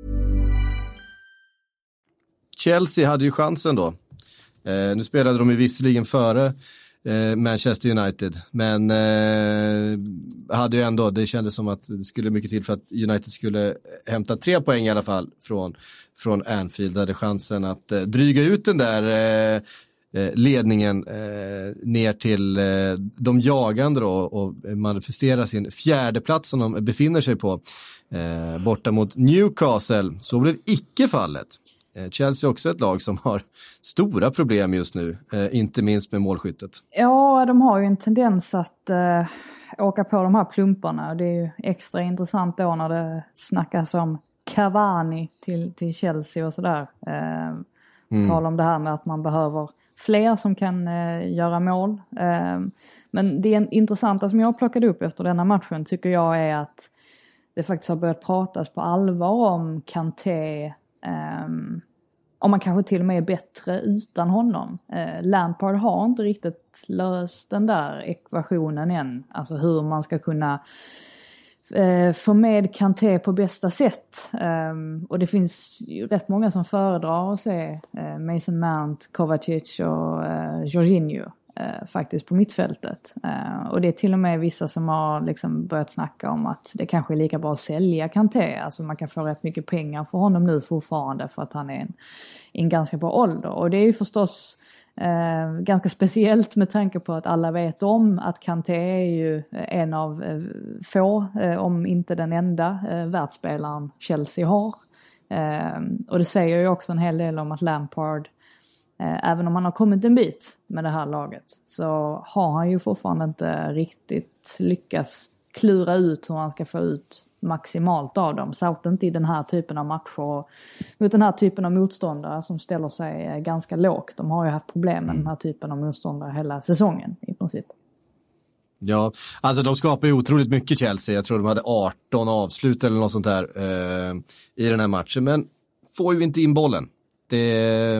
A: Chelsea hade ju chansen då. Eh, nu spelade de ju visserligen före eh, Manchester United, men eh, hade ju ändå, det kändes som att det skulle mycket till för att United skulle hämta tre poäng i alla fall från, från Anfield. Hade chansen att eh, dryga ut den där eh, ledningen eh, ner till eh, de jagande då, och manifestera sin fjärde plats som de befinner sig på eh, borta mot Newcastle. Så blev icke fallet. Chelsea är också ett lag som har stora problem just nu, eh, inte minst med målskyttet.
C: Ja, de har ju en tendens att eh, åka på de här plumparna. Det är ju extra intressant då när det snackas om Cavani till, till Chelsea och sådär. Eh, mm. Tal om det här med att man behöver fler som kan eh, göra mål. Eh, men det intressanta som jag plockade upp efter denna matchen tycker jag är att det faktiskt har börjat pratas på allvar om Kanté. Um, om man kanske till och med är bättre utan honom. Uh, Lampard har inte riktigt löst den där ekvationen än. Alltså hur man ska kunna uh, få med Kanté på bästa sätt. Um, och det finns ju rätt många som föredrar att se uh, Mason Mount, Kovacic och uh, Jorginho. Uh, faktiskt på mittfältet. Uh, och det är till och med vissa som har liksom börjat snacka om att det kanske är lika bra att sälja Kanté. Alltså man kan få rätt mycket pengar för honom nu fortfarande för att han är en, en ganska bra ålder. Och det är ju förstås uh, ganska speciellt med tanke på att alla vet om att Kanté är ju en av uh, få, uh, om inte den enda uh, världsspelaren Chelsea har. Uh, och det säger ju också en hel del om att Lampard, även om han har kommit en bit med det här laget, så har han ju fortfarande inte riktigt lyckats klura ut hur han ska få ut maximalt av dem. Särskilt inte i den här typen av matcher mot den här typen av motståndare som ställer sig ganska lågt. De har ju haft problem med den här typen av motståndare hela säsongen i princip.
A: Ja, alltså de skapar ju otroligt mycket Chelsea. Jag tror de hade arton avslut eller något sånt där eh, i den här matchen, men får ju inte in bollen. Det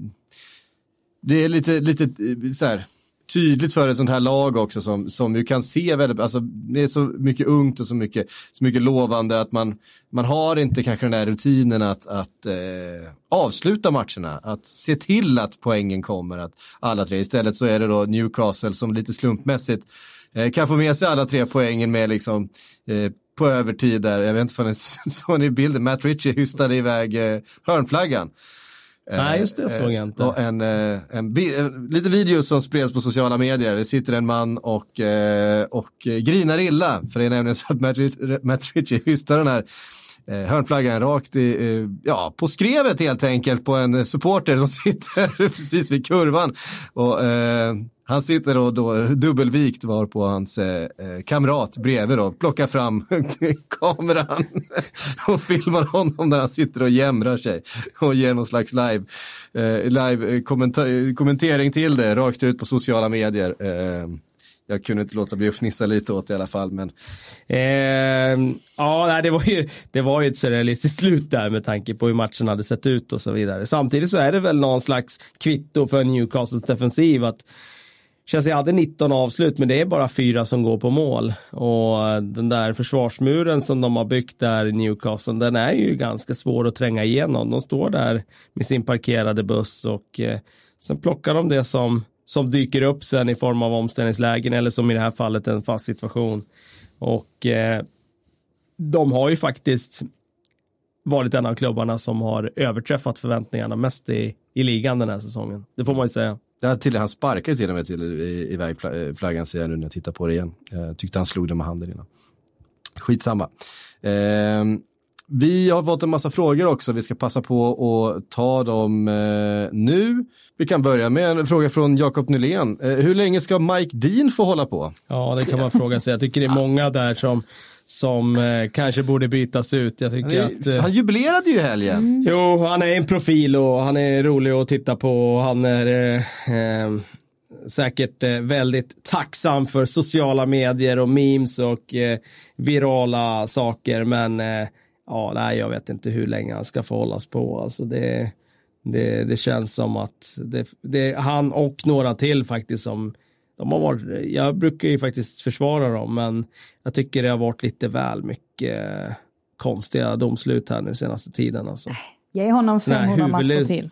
A: Det är lite, lite så här, tydligt för ett sånt här lag också som, som ju kan se väldigt, alltså det är så mycket ungt och så mycket, så mycket lovande att man, man har inte kanske den där rutinen att, att eh, avsluta matcherna, att se till att poängen kommer, att alla tre. Istället så är det då Newcastle som lite slumpmässigt eh, kan få med sig alla tre poängen med liksom eh, på övertid där. Jag vet inte om ni såg i bilden, Matt Ritchie hystade iväg eh, hörnflaggan.
B: Nej, just det såg jag inte.
A: Och en, en, en, en lite video som spreds på sociala medier. Det sitter en man och, och grinar illa. För det är nämligen så att Matt, Matt Ritchie hystar den här hörnflaggan rakt i, ja, på skrevet helt enkelt på en supporter som sitter precis vid kurvan. Och eh, han sitter då, då dubbelvikt var på hans eh, kamrat bredvid då, plockar fram kameran och filmar honom när han sitter och jämrar sig och ger någon slags live, eh, live kommenta- kommentering till det rakt ut på sociala medier. Eh, Jag kunde inte låta bli att fnissa lite åt det i alla fall. Men...
B: Eh, ja, nej, det, var ju, det var ju ett surrealistiskt slut där med tanke på hur matchen hade sett ut och så vidare. Samtidigt så är det väl någon slags kvitto för Newcastles defensiv att Chelsea hade nitton avslut, men det är bara fyra som går på mål. Och den där försvarsmuren som de har byggt där i Newcastle, den är ju ganska svår att tränga igenom. De står där med sin parkerade buss och eh, Sen plockar de det som, som dyker upp sen i form av omställningslägen eller som i det här fallet en fast situation. Och eh, de har ju faktiskt varit en av klubbarna som har överträffat förväntningarna mest i, i ligan den här säsongen. Det får man ju säga.
A: Ja, till, han sparkade till och med till i, iväg flaggan, ser jag nu när jag tittar på det igen. Jag tyckte han slog den med handen innan. Skitsamma. Eh, vi har fått en massa frågor också. Vi ska passa på att ta dem eh, nu. Vi kan börja med en fråga från Jakob Nylén. Eh, hur länge ska Mike Dean få hålla på?
B: Ja, det kan man fråga sig. Jag tycker det är många där som som eh, kanske borde bytas ut. Jag tycker
A: han, är,
B: att, eh,
A: han jubilerade ju i helgen.
B: Mm. Jo, han är en profil och han är rolig att titta på. Och han är eh, eh, säkert eh, väldigt tacksam för sociala medier och memes och eh, virala saker. Men eh, ja, nej, jag vet inte hur länge han ska få hållas på. Alltså det, det, det känns som att det, det, han och några till faktiskt som de har varit, jag brukar ju faktiskt försvara dem, men jag tycker det har varit lite väl mycket konstiga domslut här nu senaste tiden. Alltså.
C: Ge honom femhundra matcher till.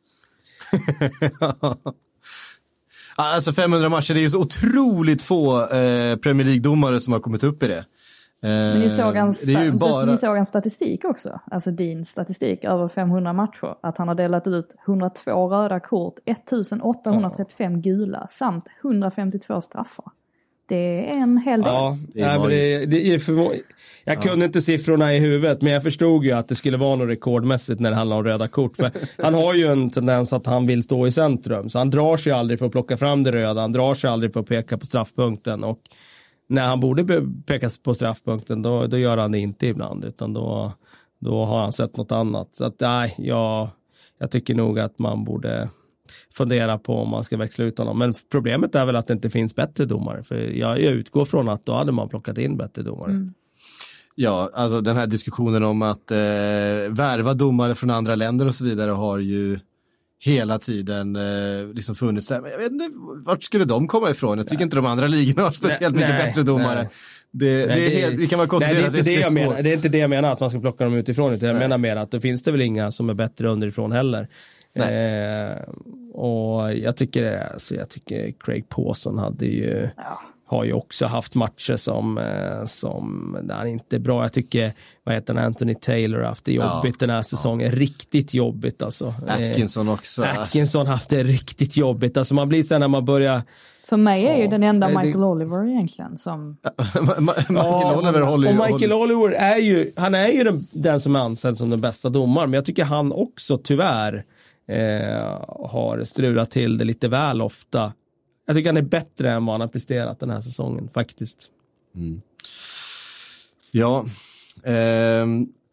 A: Alltså femhundra matcher, det är ju så otroligt få eh, Premier League-domare som har kommit upp i det.
C: Men ni såg, en sta-
A: det är ju bara...
C: ni såg en statistik också, alltså din statistik över femhundra matcher, att han har delat ut hundratvå röda kort, ettusen åttahundratrettiofem ja. gula samt hundrafemtiotvå straffar. Det är en hel del.
B: Ja, det är det, det är förvå- jag ja. kunde inte siffrorna i huvudet, men jag förstod ju att det skulle vara något rekordmässigt när det handlar om röda kort. För han har ju en tendens att han vill stå i centrum, så han drar sig aldrig för att plocka fram det röda, han drar sig aldrig för att peka på straffpunkten, och när han borde peka på straffpunkten då, då gör han det inte ibland, utan då, då har han sett något annat. Så att nej, jag, jag tycker nog att man borde fundera på om man ska växla ut honom. Men problemet är väl att det inte finns bättre domare, för jag, jag utgår från att då hade man plockat in bättre domare. Mm.
A: Ja, alltså den här diskussionen om att eh, värva domare från andra länder och så vidare har ju hela tiden eh, liksom funnits där. Men jag vet inte, vart skulle de komma ifrån? Jag tycker nej. inte de andra ligorna har speciellt nej, mycket nej, bättre domare. Nej. Det, nej, det, är helt, vi kan vara konstatera att det, det, är det, är
B: det är inte det jag menar, att man ska plocka dem utifrån. Utan jag nej. menar mer att då finns det väl inga som är bättre underifrån heller. Eh, och jag tycker, alltså, jag tycker Craig Pawson hade ju... Ja. har ju också haft matcher som, eh, som där inte är bra. Jag tycker, vad heter han, Anthony Taylor har haft det jobbigt ja, den här säsongen. Ja. Riktigt jobbigt alltså.
A: Atkinson också.
B: Atkinson har haft det riktigt jobbigt. Alltså man blir sen när man börjar...
C: För mig är ja, ju den enda Michael det... Oliver egentligen som...
A: Michael ja, Oliver håller ju...
B: Och Michael Oliver är ju, han är ju den, den som är ansedd som den bästa domaren. Men jag tycker han också tyvärr eh, har strulat till det lite väl ofta. Jag tycker han är bättre än vad han har presterat den här säsongen, faktiskt.
A: Mm. Ja, eh,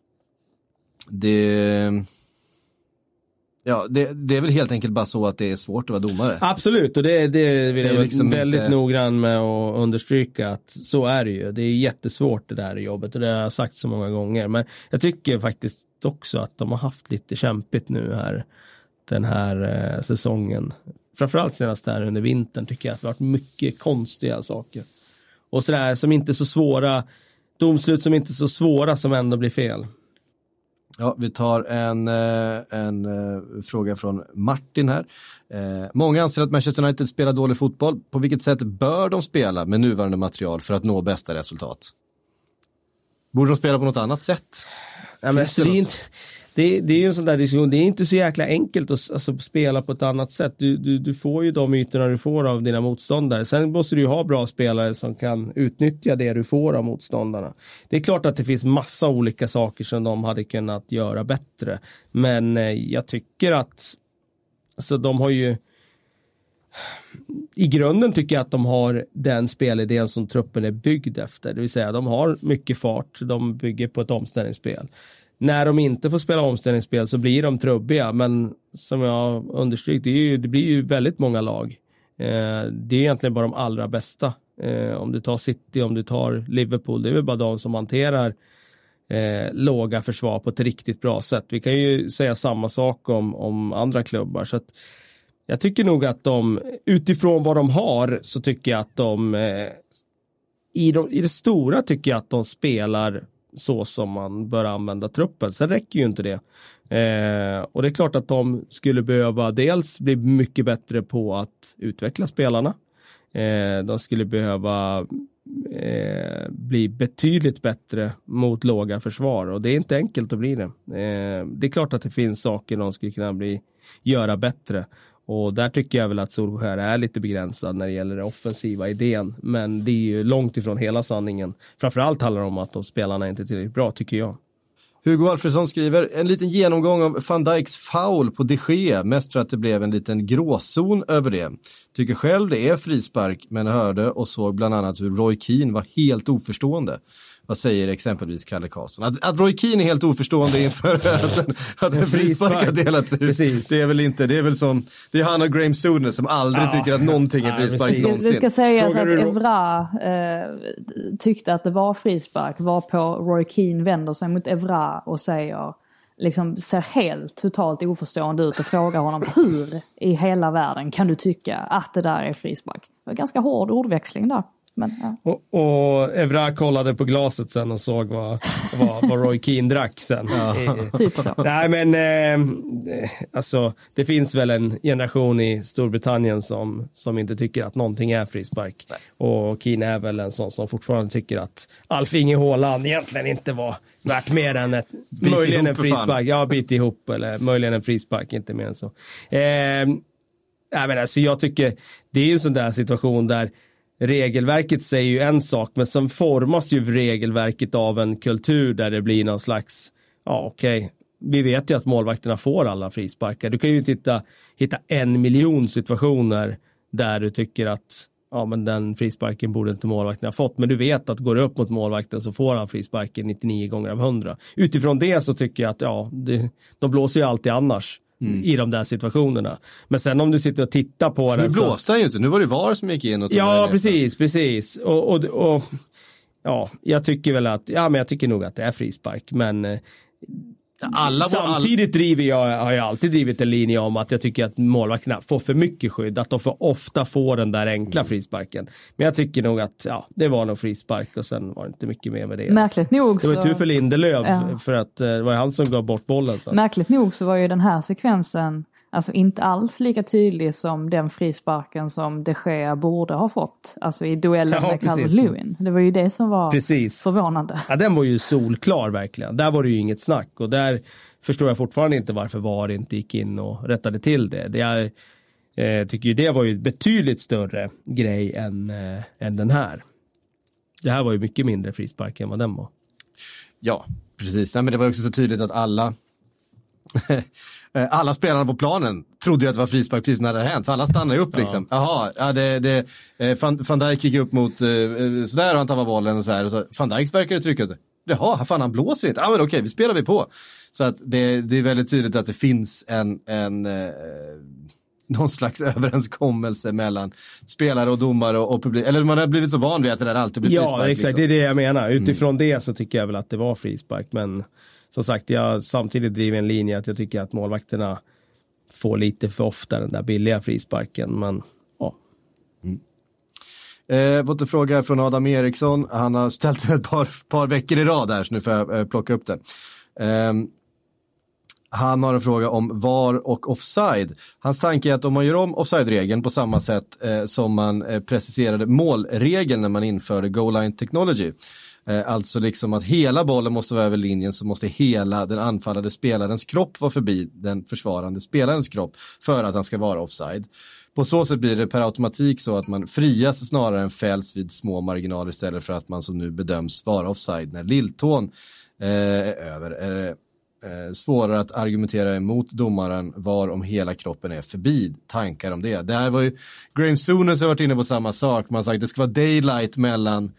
A: det, ja det, det är väl helt enkelt bara så att det är svårt att vara domare.
B: Absolut, och det, det vill jag vara
A: liksom
B: väldigt
A: inte...
B: noggrann med att understryka att så är det ju. Det är jättesvårt det där jobbet, och det har jag sagt så många gånger. Men jag tycker faktiskt också att de har haft lite kämpigt nu här den här eh, säsongen. Framförallt senast här under vintern tycker jag att det har varit mycket konstiga saker. Och sådär som inte är så svåra, domslut som inte är så svåra som ändå blir fel.
A: Ja, vi tar en, en, en fråga från Martin här. Eh, många anser att Manchester United spelar dålig fotboll. På vilket sätt bör de spela med nuvarande material för att nå bästa resultat? Borde de spela på något annat sätt?
B: Ja, men alltså, det är inte... Det, det är ju en sån där diskussion, det är inte så jäkla enkelt att alltså, spela på ett annat sätt. Du, du, du får ju de ytorna du får av dina motståndare. Sen måste du ju ha bra spelare som kan utnyttja det du får av motståndarna. Det är klart att det finns massa olika saker som de hade kunnat göra bättre. Men eh, jag tycker att alltså, de har ju i grunden tycker jag att de har den spelidén som truppen är byggd efter. Det vill säga de har mycket fart, de bygger på ett omställningsspel. När de inte får spela omställningsspel så blir de trubbiga, men som jag understrykt, det, är ju, det blir ju väldigt många lag. Eh, det är egentligen bara de allra bästa. Eh, om du tar City, om du tar Liverpool, det är väl bara de som hanterar eh, låga försvar på ett riktigt bra sätt. Vi kan ju säga samma sak om, om andra klubbar, så att jag tycker nog att de, utifrån vad de har, så tycker jag att de, eh, i, de i det stora tycker jag att de spelar så som man bör använda truppen. Sen räcker ju inte det. Eh, och det är klart att de skulle behöva dels bli mycket bättre på att utveckla spelarna. Eh, de skulle behöva eh, bli betydligt bättre mot låga försvar. Och det är inte enkelt att bli det. Eh, det är klart att det finns saker de skulle kunna bli, göra bättre. Och där tycker jag väl att Solskjær är lite begränsad när det gäller den offensiva idén. Men det är ju långt ifrån hela sanningen. Framförallt handlar det om att de spelarna inte är tillräckligt bra, tycker jag.
A: Hugo Alfredsson skriver en liten genomgång av Van Dijks foul på De Gea, mest för att det blev en liten gråzon över det. Tycker själv det är frispark, men hörde och såg bland annat hur Roy Keane var helt oförstående. Vad säger exempelvis Kalle Karlsson? Att, att Roy Keane är helt oförstående inför att en, att en frispark har delats ut. Precis. Det är väl inte, det är väl som, det är han och Graham Souness som aldrig ja. tycker att någonting är frispark ja, någonsin.
C: Det ska sägas att Evra eh, tyckte att det var frispark, var på Roy Keane vänder sig mot Evra och säger, liksom ser helt totalt oförstående ut och frågar honom hur i hela världen kan du tycka att det där är frispark? Det var ganska hård ordväxling där. Men, ja.
B: och, och Evra kollade på glaset sen och såg vad, vad, vad Roy Keane drack sen. Ja.
C: Typ så.
B: Nej men eh, alltså det finns väl en generation i Storbritannien som, som inte tycker att någonting är frispark. Nej. Och Keane är väl en sån som fortfarande tycker att Alf Inge Haaland egentligen inte var värt mer än ett möjligen en frispark. Ja, bit ihop eller möjligen en frispark, inte mer än så. Eh, nej, men alltså jag tycker det är ju en sån där situation där regelverket säger ju en sak, men som formas ju regelverket av en kultur där det blir någon slags, ja okej, okay. Vi vet ju att målvakterna får alla frisparkar. Du kan ju hitta, hitta en miljon situationer där du tycker att ja men den frisparken borde inte målvakten ha fått, men du vet att går det upp mot målvakten så får han frisparken nittionio gånger av hundra. Utifrån det så tycker jag att ja, det, de blåser ju alltid annars. Mm. I de där situationerna. Men sen om du sitter och tittar på
A: så
B: det.
A: Nu blåste han ju inte, nu var det V A R som gick in och tog
B: ja, precis, precis. Och, och, och ja, jag tycker väl att ja, men jag tycker nog att det är frispark, men alla, samtidigt alla... driver jag, har jag alltid drivit en linje om att jag tycker att målvakterna får för mycket skydd, att de för ofta får den där enkla mm. frisparken. Men jag tycker nog att ja, det var nog frispark och sen var det inte mycket mer med det.
C: Märkligt nog så...
B: Det var tur för Lindelöf ja. för att det var han som gav bort bollen. Så.
C: Märkligt nog så var ju den här sekvensen alltså inte alls lika tydlig som den frisparken som De Gea borde ha fått. Alltså i duellen ja, med Calvert-Lewin. Det var ju det som var precis. förvånande.
B: Ja, den var ju solklar verkligen. Där var det ju inget snack. Och där förstår jag fortfarande inte varför V A R inte gick in och rättade till det. Det är, eh, tycker ju det var ju betydligt större grej än, eh, än den här. Det här var ju mycket mindre frispark än vad den var.
A: Ja, precis. Nej, men det var också så tydligt att alla... alla spelarna på planen trodde ju att det var frispark precis när det hade hänt. För alla stannade upp liksom. Jaha, ja, det, det, eh, Van, Van Dijk gick upp mot eh, sådär och han tappade bollen och så här. Och så, Van Dijk verkar trycka ut det. Jaha, fan han blåser inte. Ja men okej, vi spelar vi på. Så att det, det är väldigt tydligt att det finns en, en eh, någon slags överenskommelse mellan spelare och domare och, och publik. Eller man har blivit så van vid att det där alltid blir frispark.
B: Ja, exakt.
A: Liksom.
B: Det är det jag menar. Utifrån mm. det så tycker jag väl att det var frispark. Men som sagt, jag samtidigt driver en linje att jag tycker att målvakterna får lite för ofta den där billiga frisparken. Men ja.
A: Mm. Eh, fått en fråga från Adam Eriksson. Han har ställt den ett par, par veckor i rad här, så nu får jag eh, plocka upp den. Eh, han har en fråga om V A R och offside. Hans tanke är att om man gör om offside-regeln på samma sätt eh, som man eh, preciserade målregeln när man införde goal line technology. Eh, alltså liksom att hela bollen måste vara över linjen, så måste hela den anfallade spelarens kropp vara förbi den försvarande spelarens kropp för att han ska vara offside. På så sätt blir det per automatik så att man frias snarare än fälls vid små marginaler istället för att man som nu bedöms vara offside när lilltån eh, är över. Är det eh, svårare att argumentera emot domaren var om hela kroppen är förbi. Tankar om det. Det här var ju Graham Souness har varit inne på samma sak. Man har sagt att det ska vara daylight mellan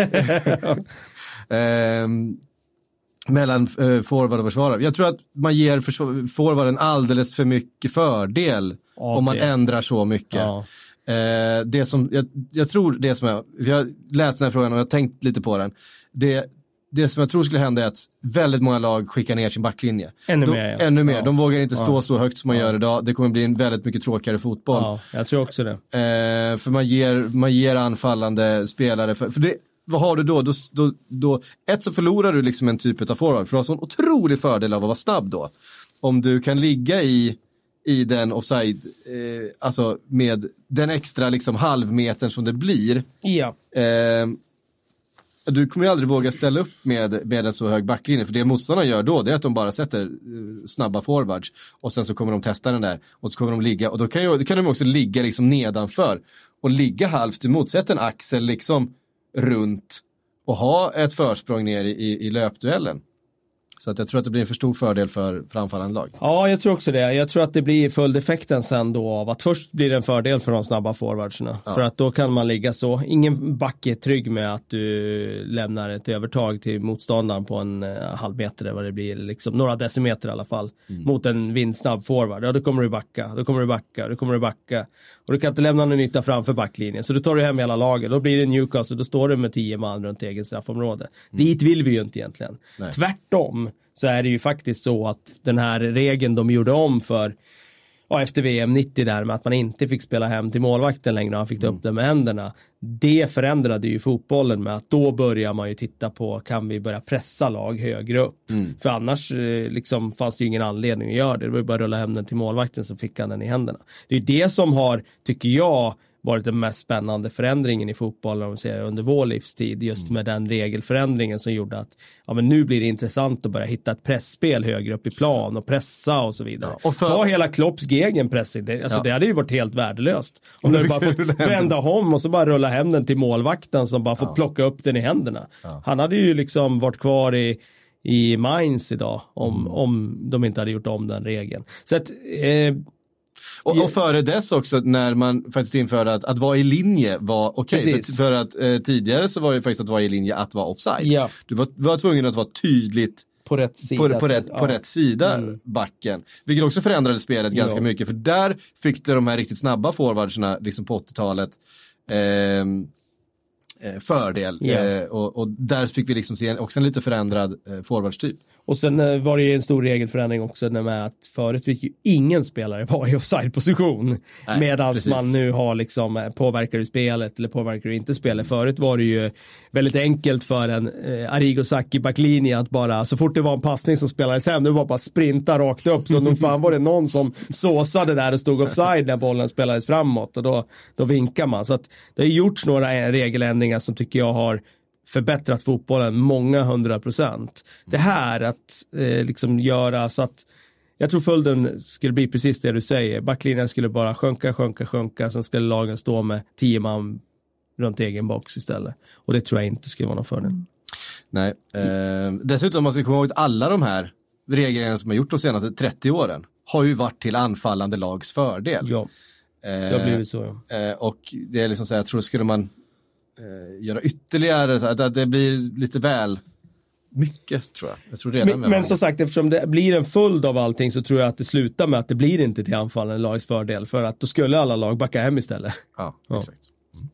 A: eh, mellan eh, forward och försvarare. Jag tror att man ger försvar- forwarden alldeles för mycket fördel okay. om man ändrar så mycket. Ja. Eh, det som, jag, jag tror det som jag, jag har läst den här frågan och jag har tänkt lite på den. Det, det som jag tror skulle hända är att väldigt många lag skickar ner sin backlinje.
B: Ännu
A: De,
B: mer. Ja.
A: Ännu mer.
B: Ja.
A: De vågar inte stå
B: ja.
A: så högt som man ja. gör idag. Det kommer bli en väldigt mycket tråkigare fotboll.
B: Ja, jag tror också det.
A: Eh, för man ger, man ger anfallande spelare, för, för det vad har du då? Då, då, då? Ett så förlorar du liksom en typ av forward, för du har sån otrolig fördel av att vara snabb då. Om du kan ligga i, i den offside, eh, alltså med den extra liksom halvmetern som det blir.
B: Ja.
A: Eh, du kommer ju aldrig våga ställa upp med, med en så hög backlinje, för det motståndarna gör då, det är att de bara sätter uh, snabba forwards och sen så kommer de testa den där och så kommer de ligga, och då kan, ju, kan de också ligga liksom nedanför och ligga halvt emot, sätta en axel liksom runt och ha ett försprång ner i, i, i löpduellen. Så att jag tror att det blir en för stor fördel för, för anfallande lag.
B: Ja, jag tror också det. Jag tror att det blir följdeffekten sen då av att först blir det en fördel för de snabba forwardsarna. Ja. För att då kan man ligga så. Ingen back är trygg med att du lämnar ett övertag till motståndaren på en uh, halv meter eller vad det blir. Liksom, några decimeter i alla fall. Mm. Mot en vindsnabb forward. Ja, då kommer du backa. Då kommer du backa. Då kommer du backa. Och du kan inte lämna någon yta framför backlinjen. Så då tar du hem hela laget. Då blir det Newcastle. Då står du med tio man runt egen straffområde. Mm. Dit vill vi ju inte egentligen. Nej. Tvärtom så är det ju faktiskt så att den här regeln de gjorde om för ja, efter V M nittio där med att man inte fick spela hem till målvakten längre, han fick ta upp det med händerna. Det förändrade ju fotbollen med att då börjar man ju titta på, kan vi börja pressa lag högre upp? Mm. För annars liksom fanns det ju ingen anledning att göra det. Det var ju bara att rulla hem den till målvakten så fick han den i händerna. Det är det som har, tycker jag, varit den mest spännande förändringen i fotbollen om vi ser under vår livstid, just mm. med den regelförändringen som gjorde att ja, men nu blir det intressant att börja hitta ett pressspel högre upp i plan och pressa och så vidare. Ja, och för... Ta hela Klopps gegenpressing, det, alltså ja. det hade ju varit helt värdelöst. Om du bara får vända om och så bara rulla hem den till målvakten som bara får ja. plocka upp den i händerna. Ja. Han hade ju liksom varit kvar i i Mainz idag om, mm. om de inte hade gjort om den regeln. Så att eh,
A: Och, och före dess också när man faktiskt införde att, att vara i linje var okej. Okay. För, för att eh, tidigare så var ju faktiskt att vara i linje att vara offside. Ja. Du var, var tvungen att vara tydligt
B: på rätt sida,
A: på, på, rätt, ja. på rätt sida mm. backen. Vilket också förändrade spelet ja. ganska mycket. För där fick det de här riktigt snabba forwardsarna liksom på åttiotalet eh, fördel. Yeah. Eh, och, och där fick vi liksom se en, också en lite förändrad eh, forwardstyp.
B: Och sen eh, var det ju en stor regelförändring också med att förut fick ju ingen spelare vara i offside-position. Medan man nu har liksom påverkar du spelet eller påverkar du inte spelet. Förut var det ju väldigt enkelt för en eh, Arrigo Sacchi backlinje att bara, så fort det var en passning som spelades hem, det var bara sprinta rakt upp. Så nog fan var det någon som såsade där och stod offside när bollen spelades framåt. Och då, då vinkar man. Så att det har gjorts några regeländringar som tycker jag har förbättrat fotbollen många hundra procent. Det här att eh, liksom göra så att jag tror följden skulle bli precis det du säger. Backlinjen skulle bara sjunka, sjunka, sjunka. Sen skulle lagen stå med tio man runt egen box istället. Och det tror jag inte skulle vara någon fördel.
A: Nej. Eh, dessutom man ska komma ihåg att alla de här reglerna som har gjort de senaste trettio åren har ju varit till anfallande lags fördel.
B: Ja, det har blivit så. Ja.
A: Eh, och det är liksom så här, jag tror skulle man Eh, göra ytterligare så att, att det blir lite väl mycket tror jag. jag tror redan
B: men men som sagt, eftersom det blir en följd av allting så tror jag att det slutar med att det blir inte till anfallande lags fördel, för att då skulle alla lag backa hem istället.
A: Ja, ja. Exakt. Mm.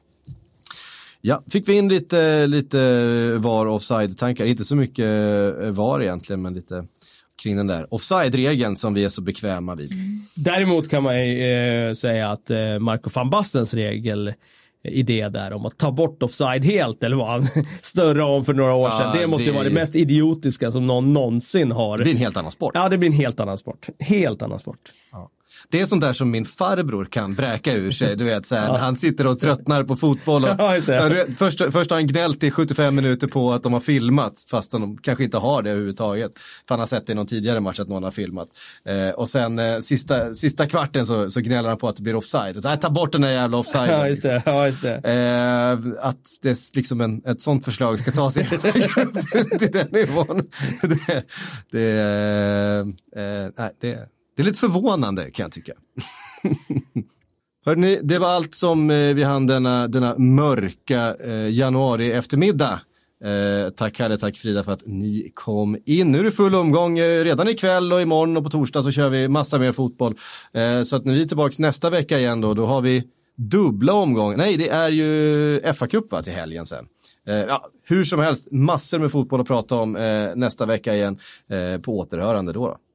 A: Ja, fick vi in lite, lite var offside-tankar. Inte så mycket var egentligen, men lite kring den där offside-regeln som vi är så bekväma vid.
B: Däremot kan man ju eh, säga att eh, Marco van Bastens regel idé där om att ta bort offside helt, eller vad han större om för några år ja, sedan. Det måste det... ju vara det mest idiotiska som någon någonsin har.
A: Det blir en helt annan sport.
B: Ja, det blir en helt annan sport. Helt annan sport.
A: Ja. Det är sånt där som min farbror kan bräka ur sig. Du vet, så här, ja. Han sitter och tröttnar på fotboll. Och, ja, först, först har han gnällt i sjuttiofem minuter på att de har filmat, fast de kanske inte har det överhuvudtaget. För han har sett det i någon tidigare match att någon har filmat. Eh, och sen eh, sista, sista kvarten så, så gnäller han på att det blir offside. Och så här, ta bort den där jävla offside.
B: Ja, just det. Ja, just det.
A: Eh, att det är liksom en, ett sånt förslag ska ta sig till den nivån. Det, det, eh, nej, det Det är lite förvånande kan jag tycka. Hörrni, det var allt som vi hann denna, denna mörka eh, januari eftermiddag. Eh, tack Kalle, tack Frida för att ni kom in. Nu är det full omgång eh, redan ikväll och imorgon och på torsdag så kör vi massa mer fotboll. Eh, så att när vi är tillbaka nästa vecka igen då, då har vi dubbla omgångar. Nej, det är ju F A-cup va, till helgen sen. Eh, ja, hur som helst, massor med fotboll att prata om eh, nästa vecka igen. Eh, på återhörande då då.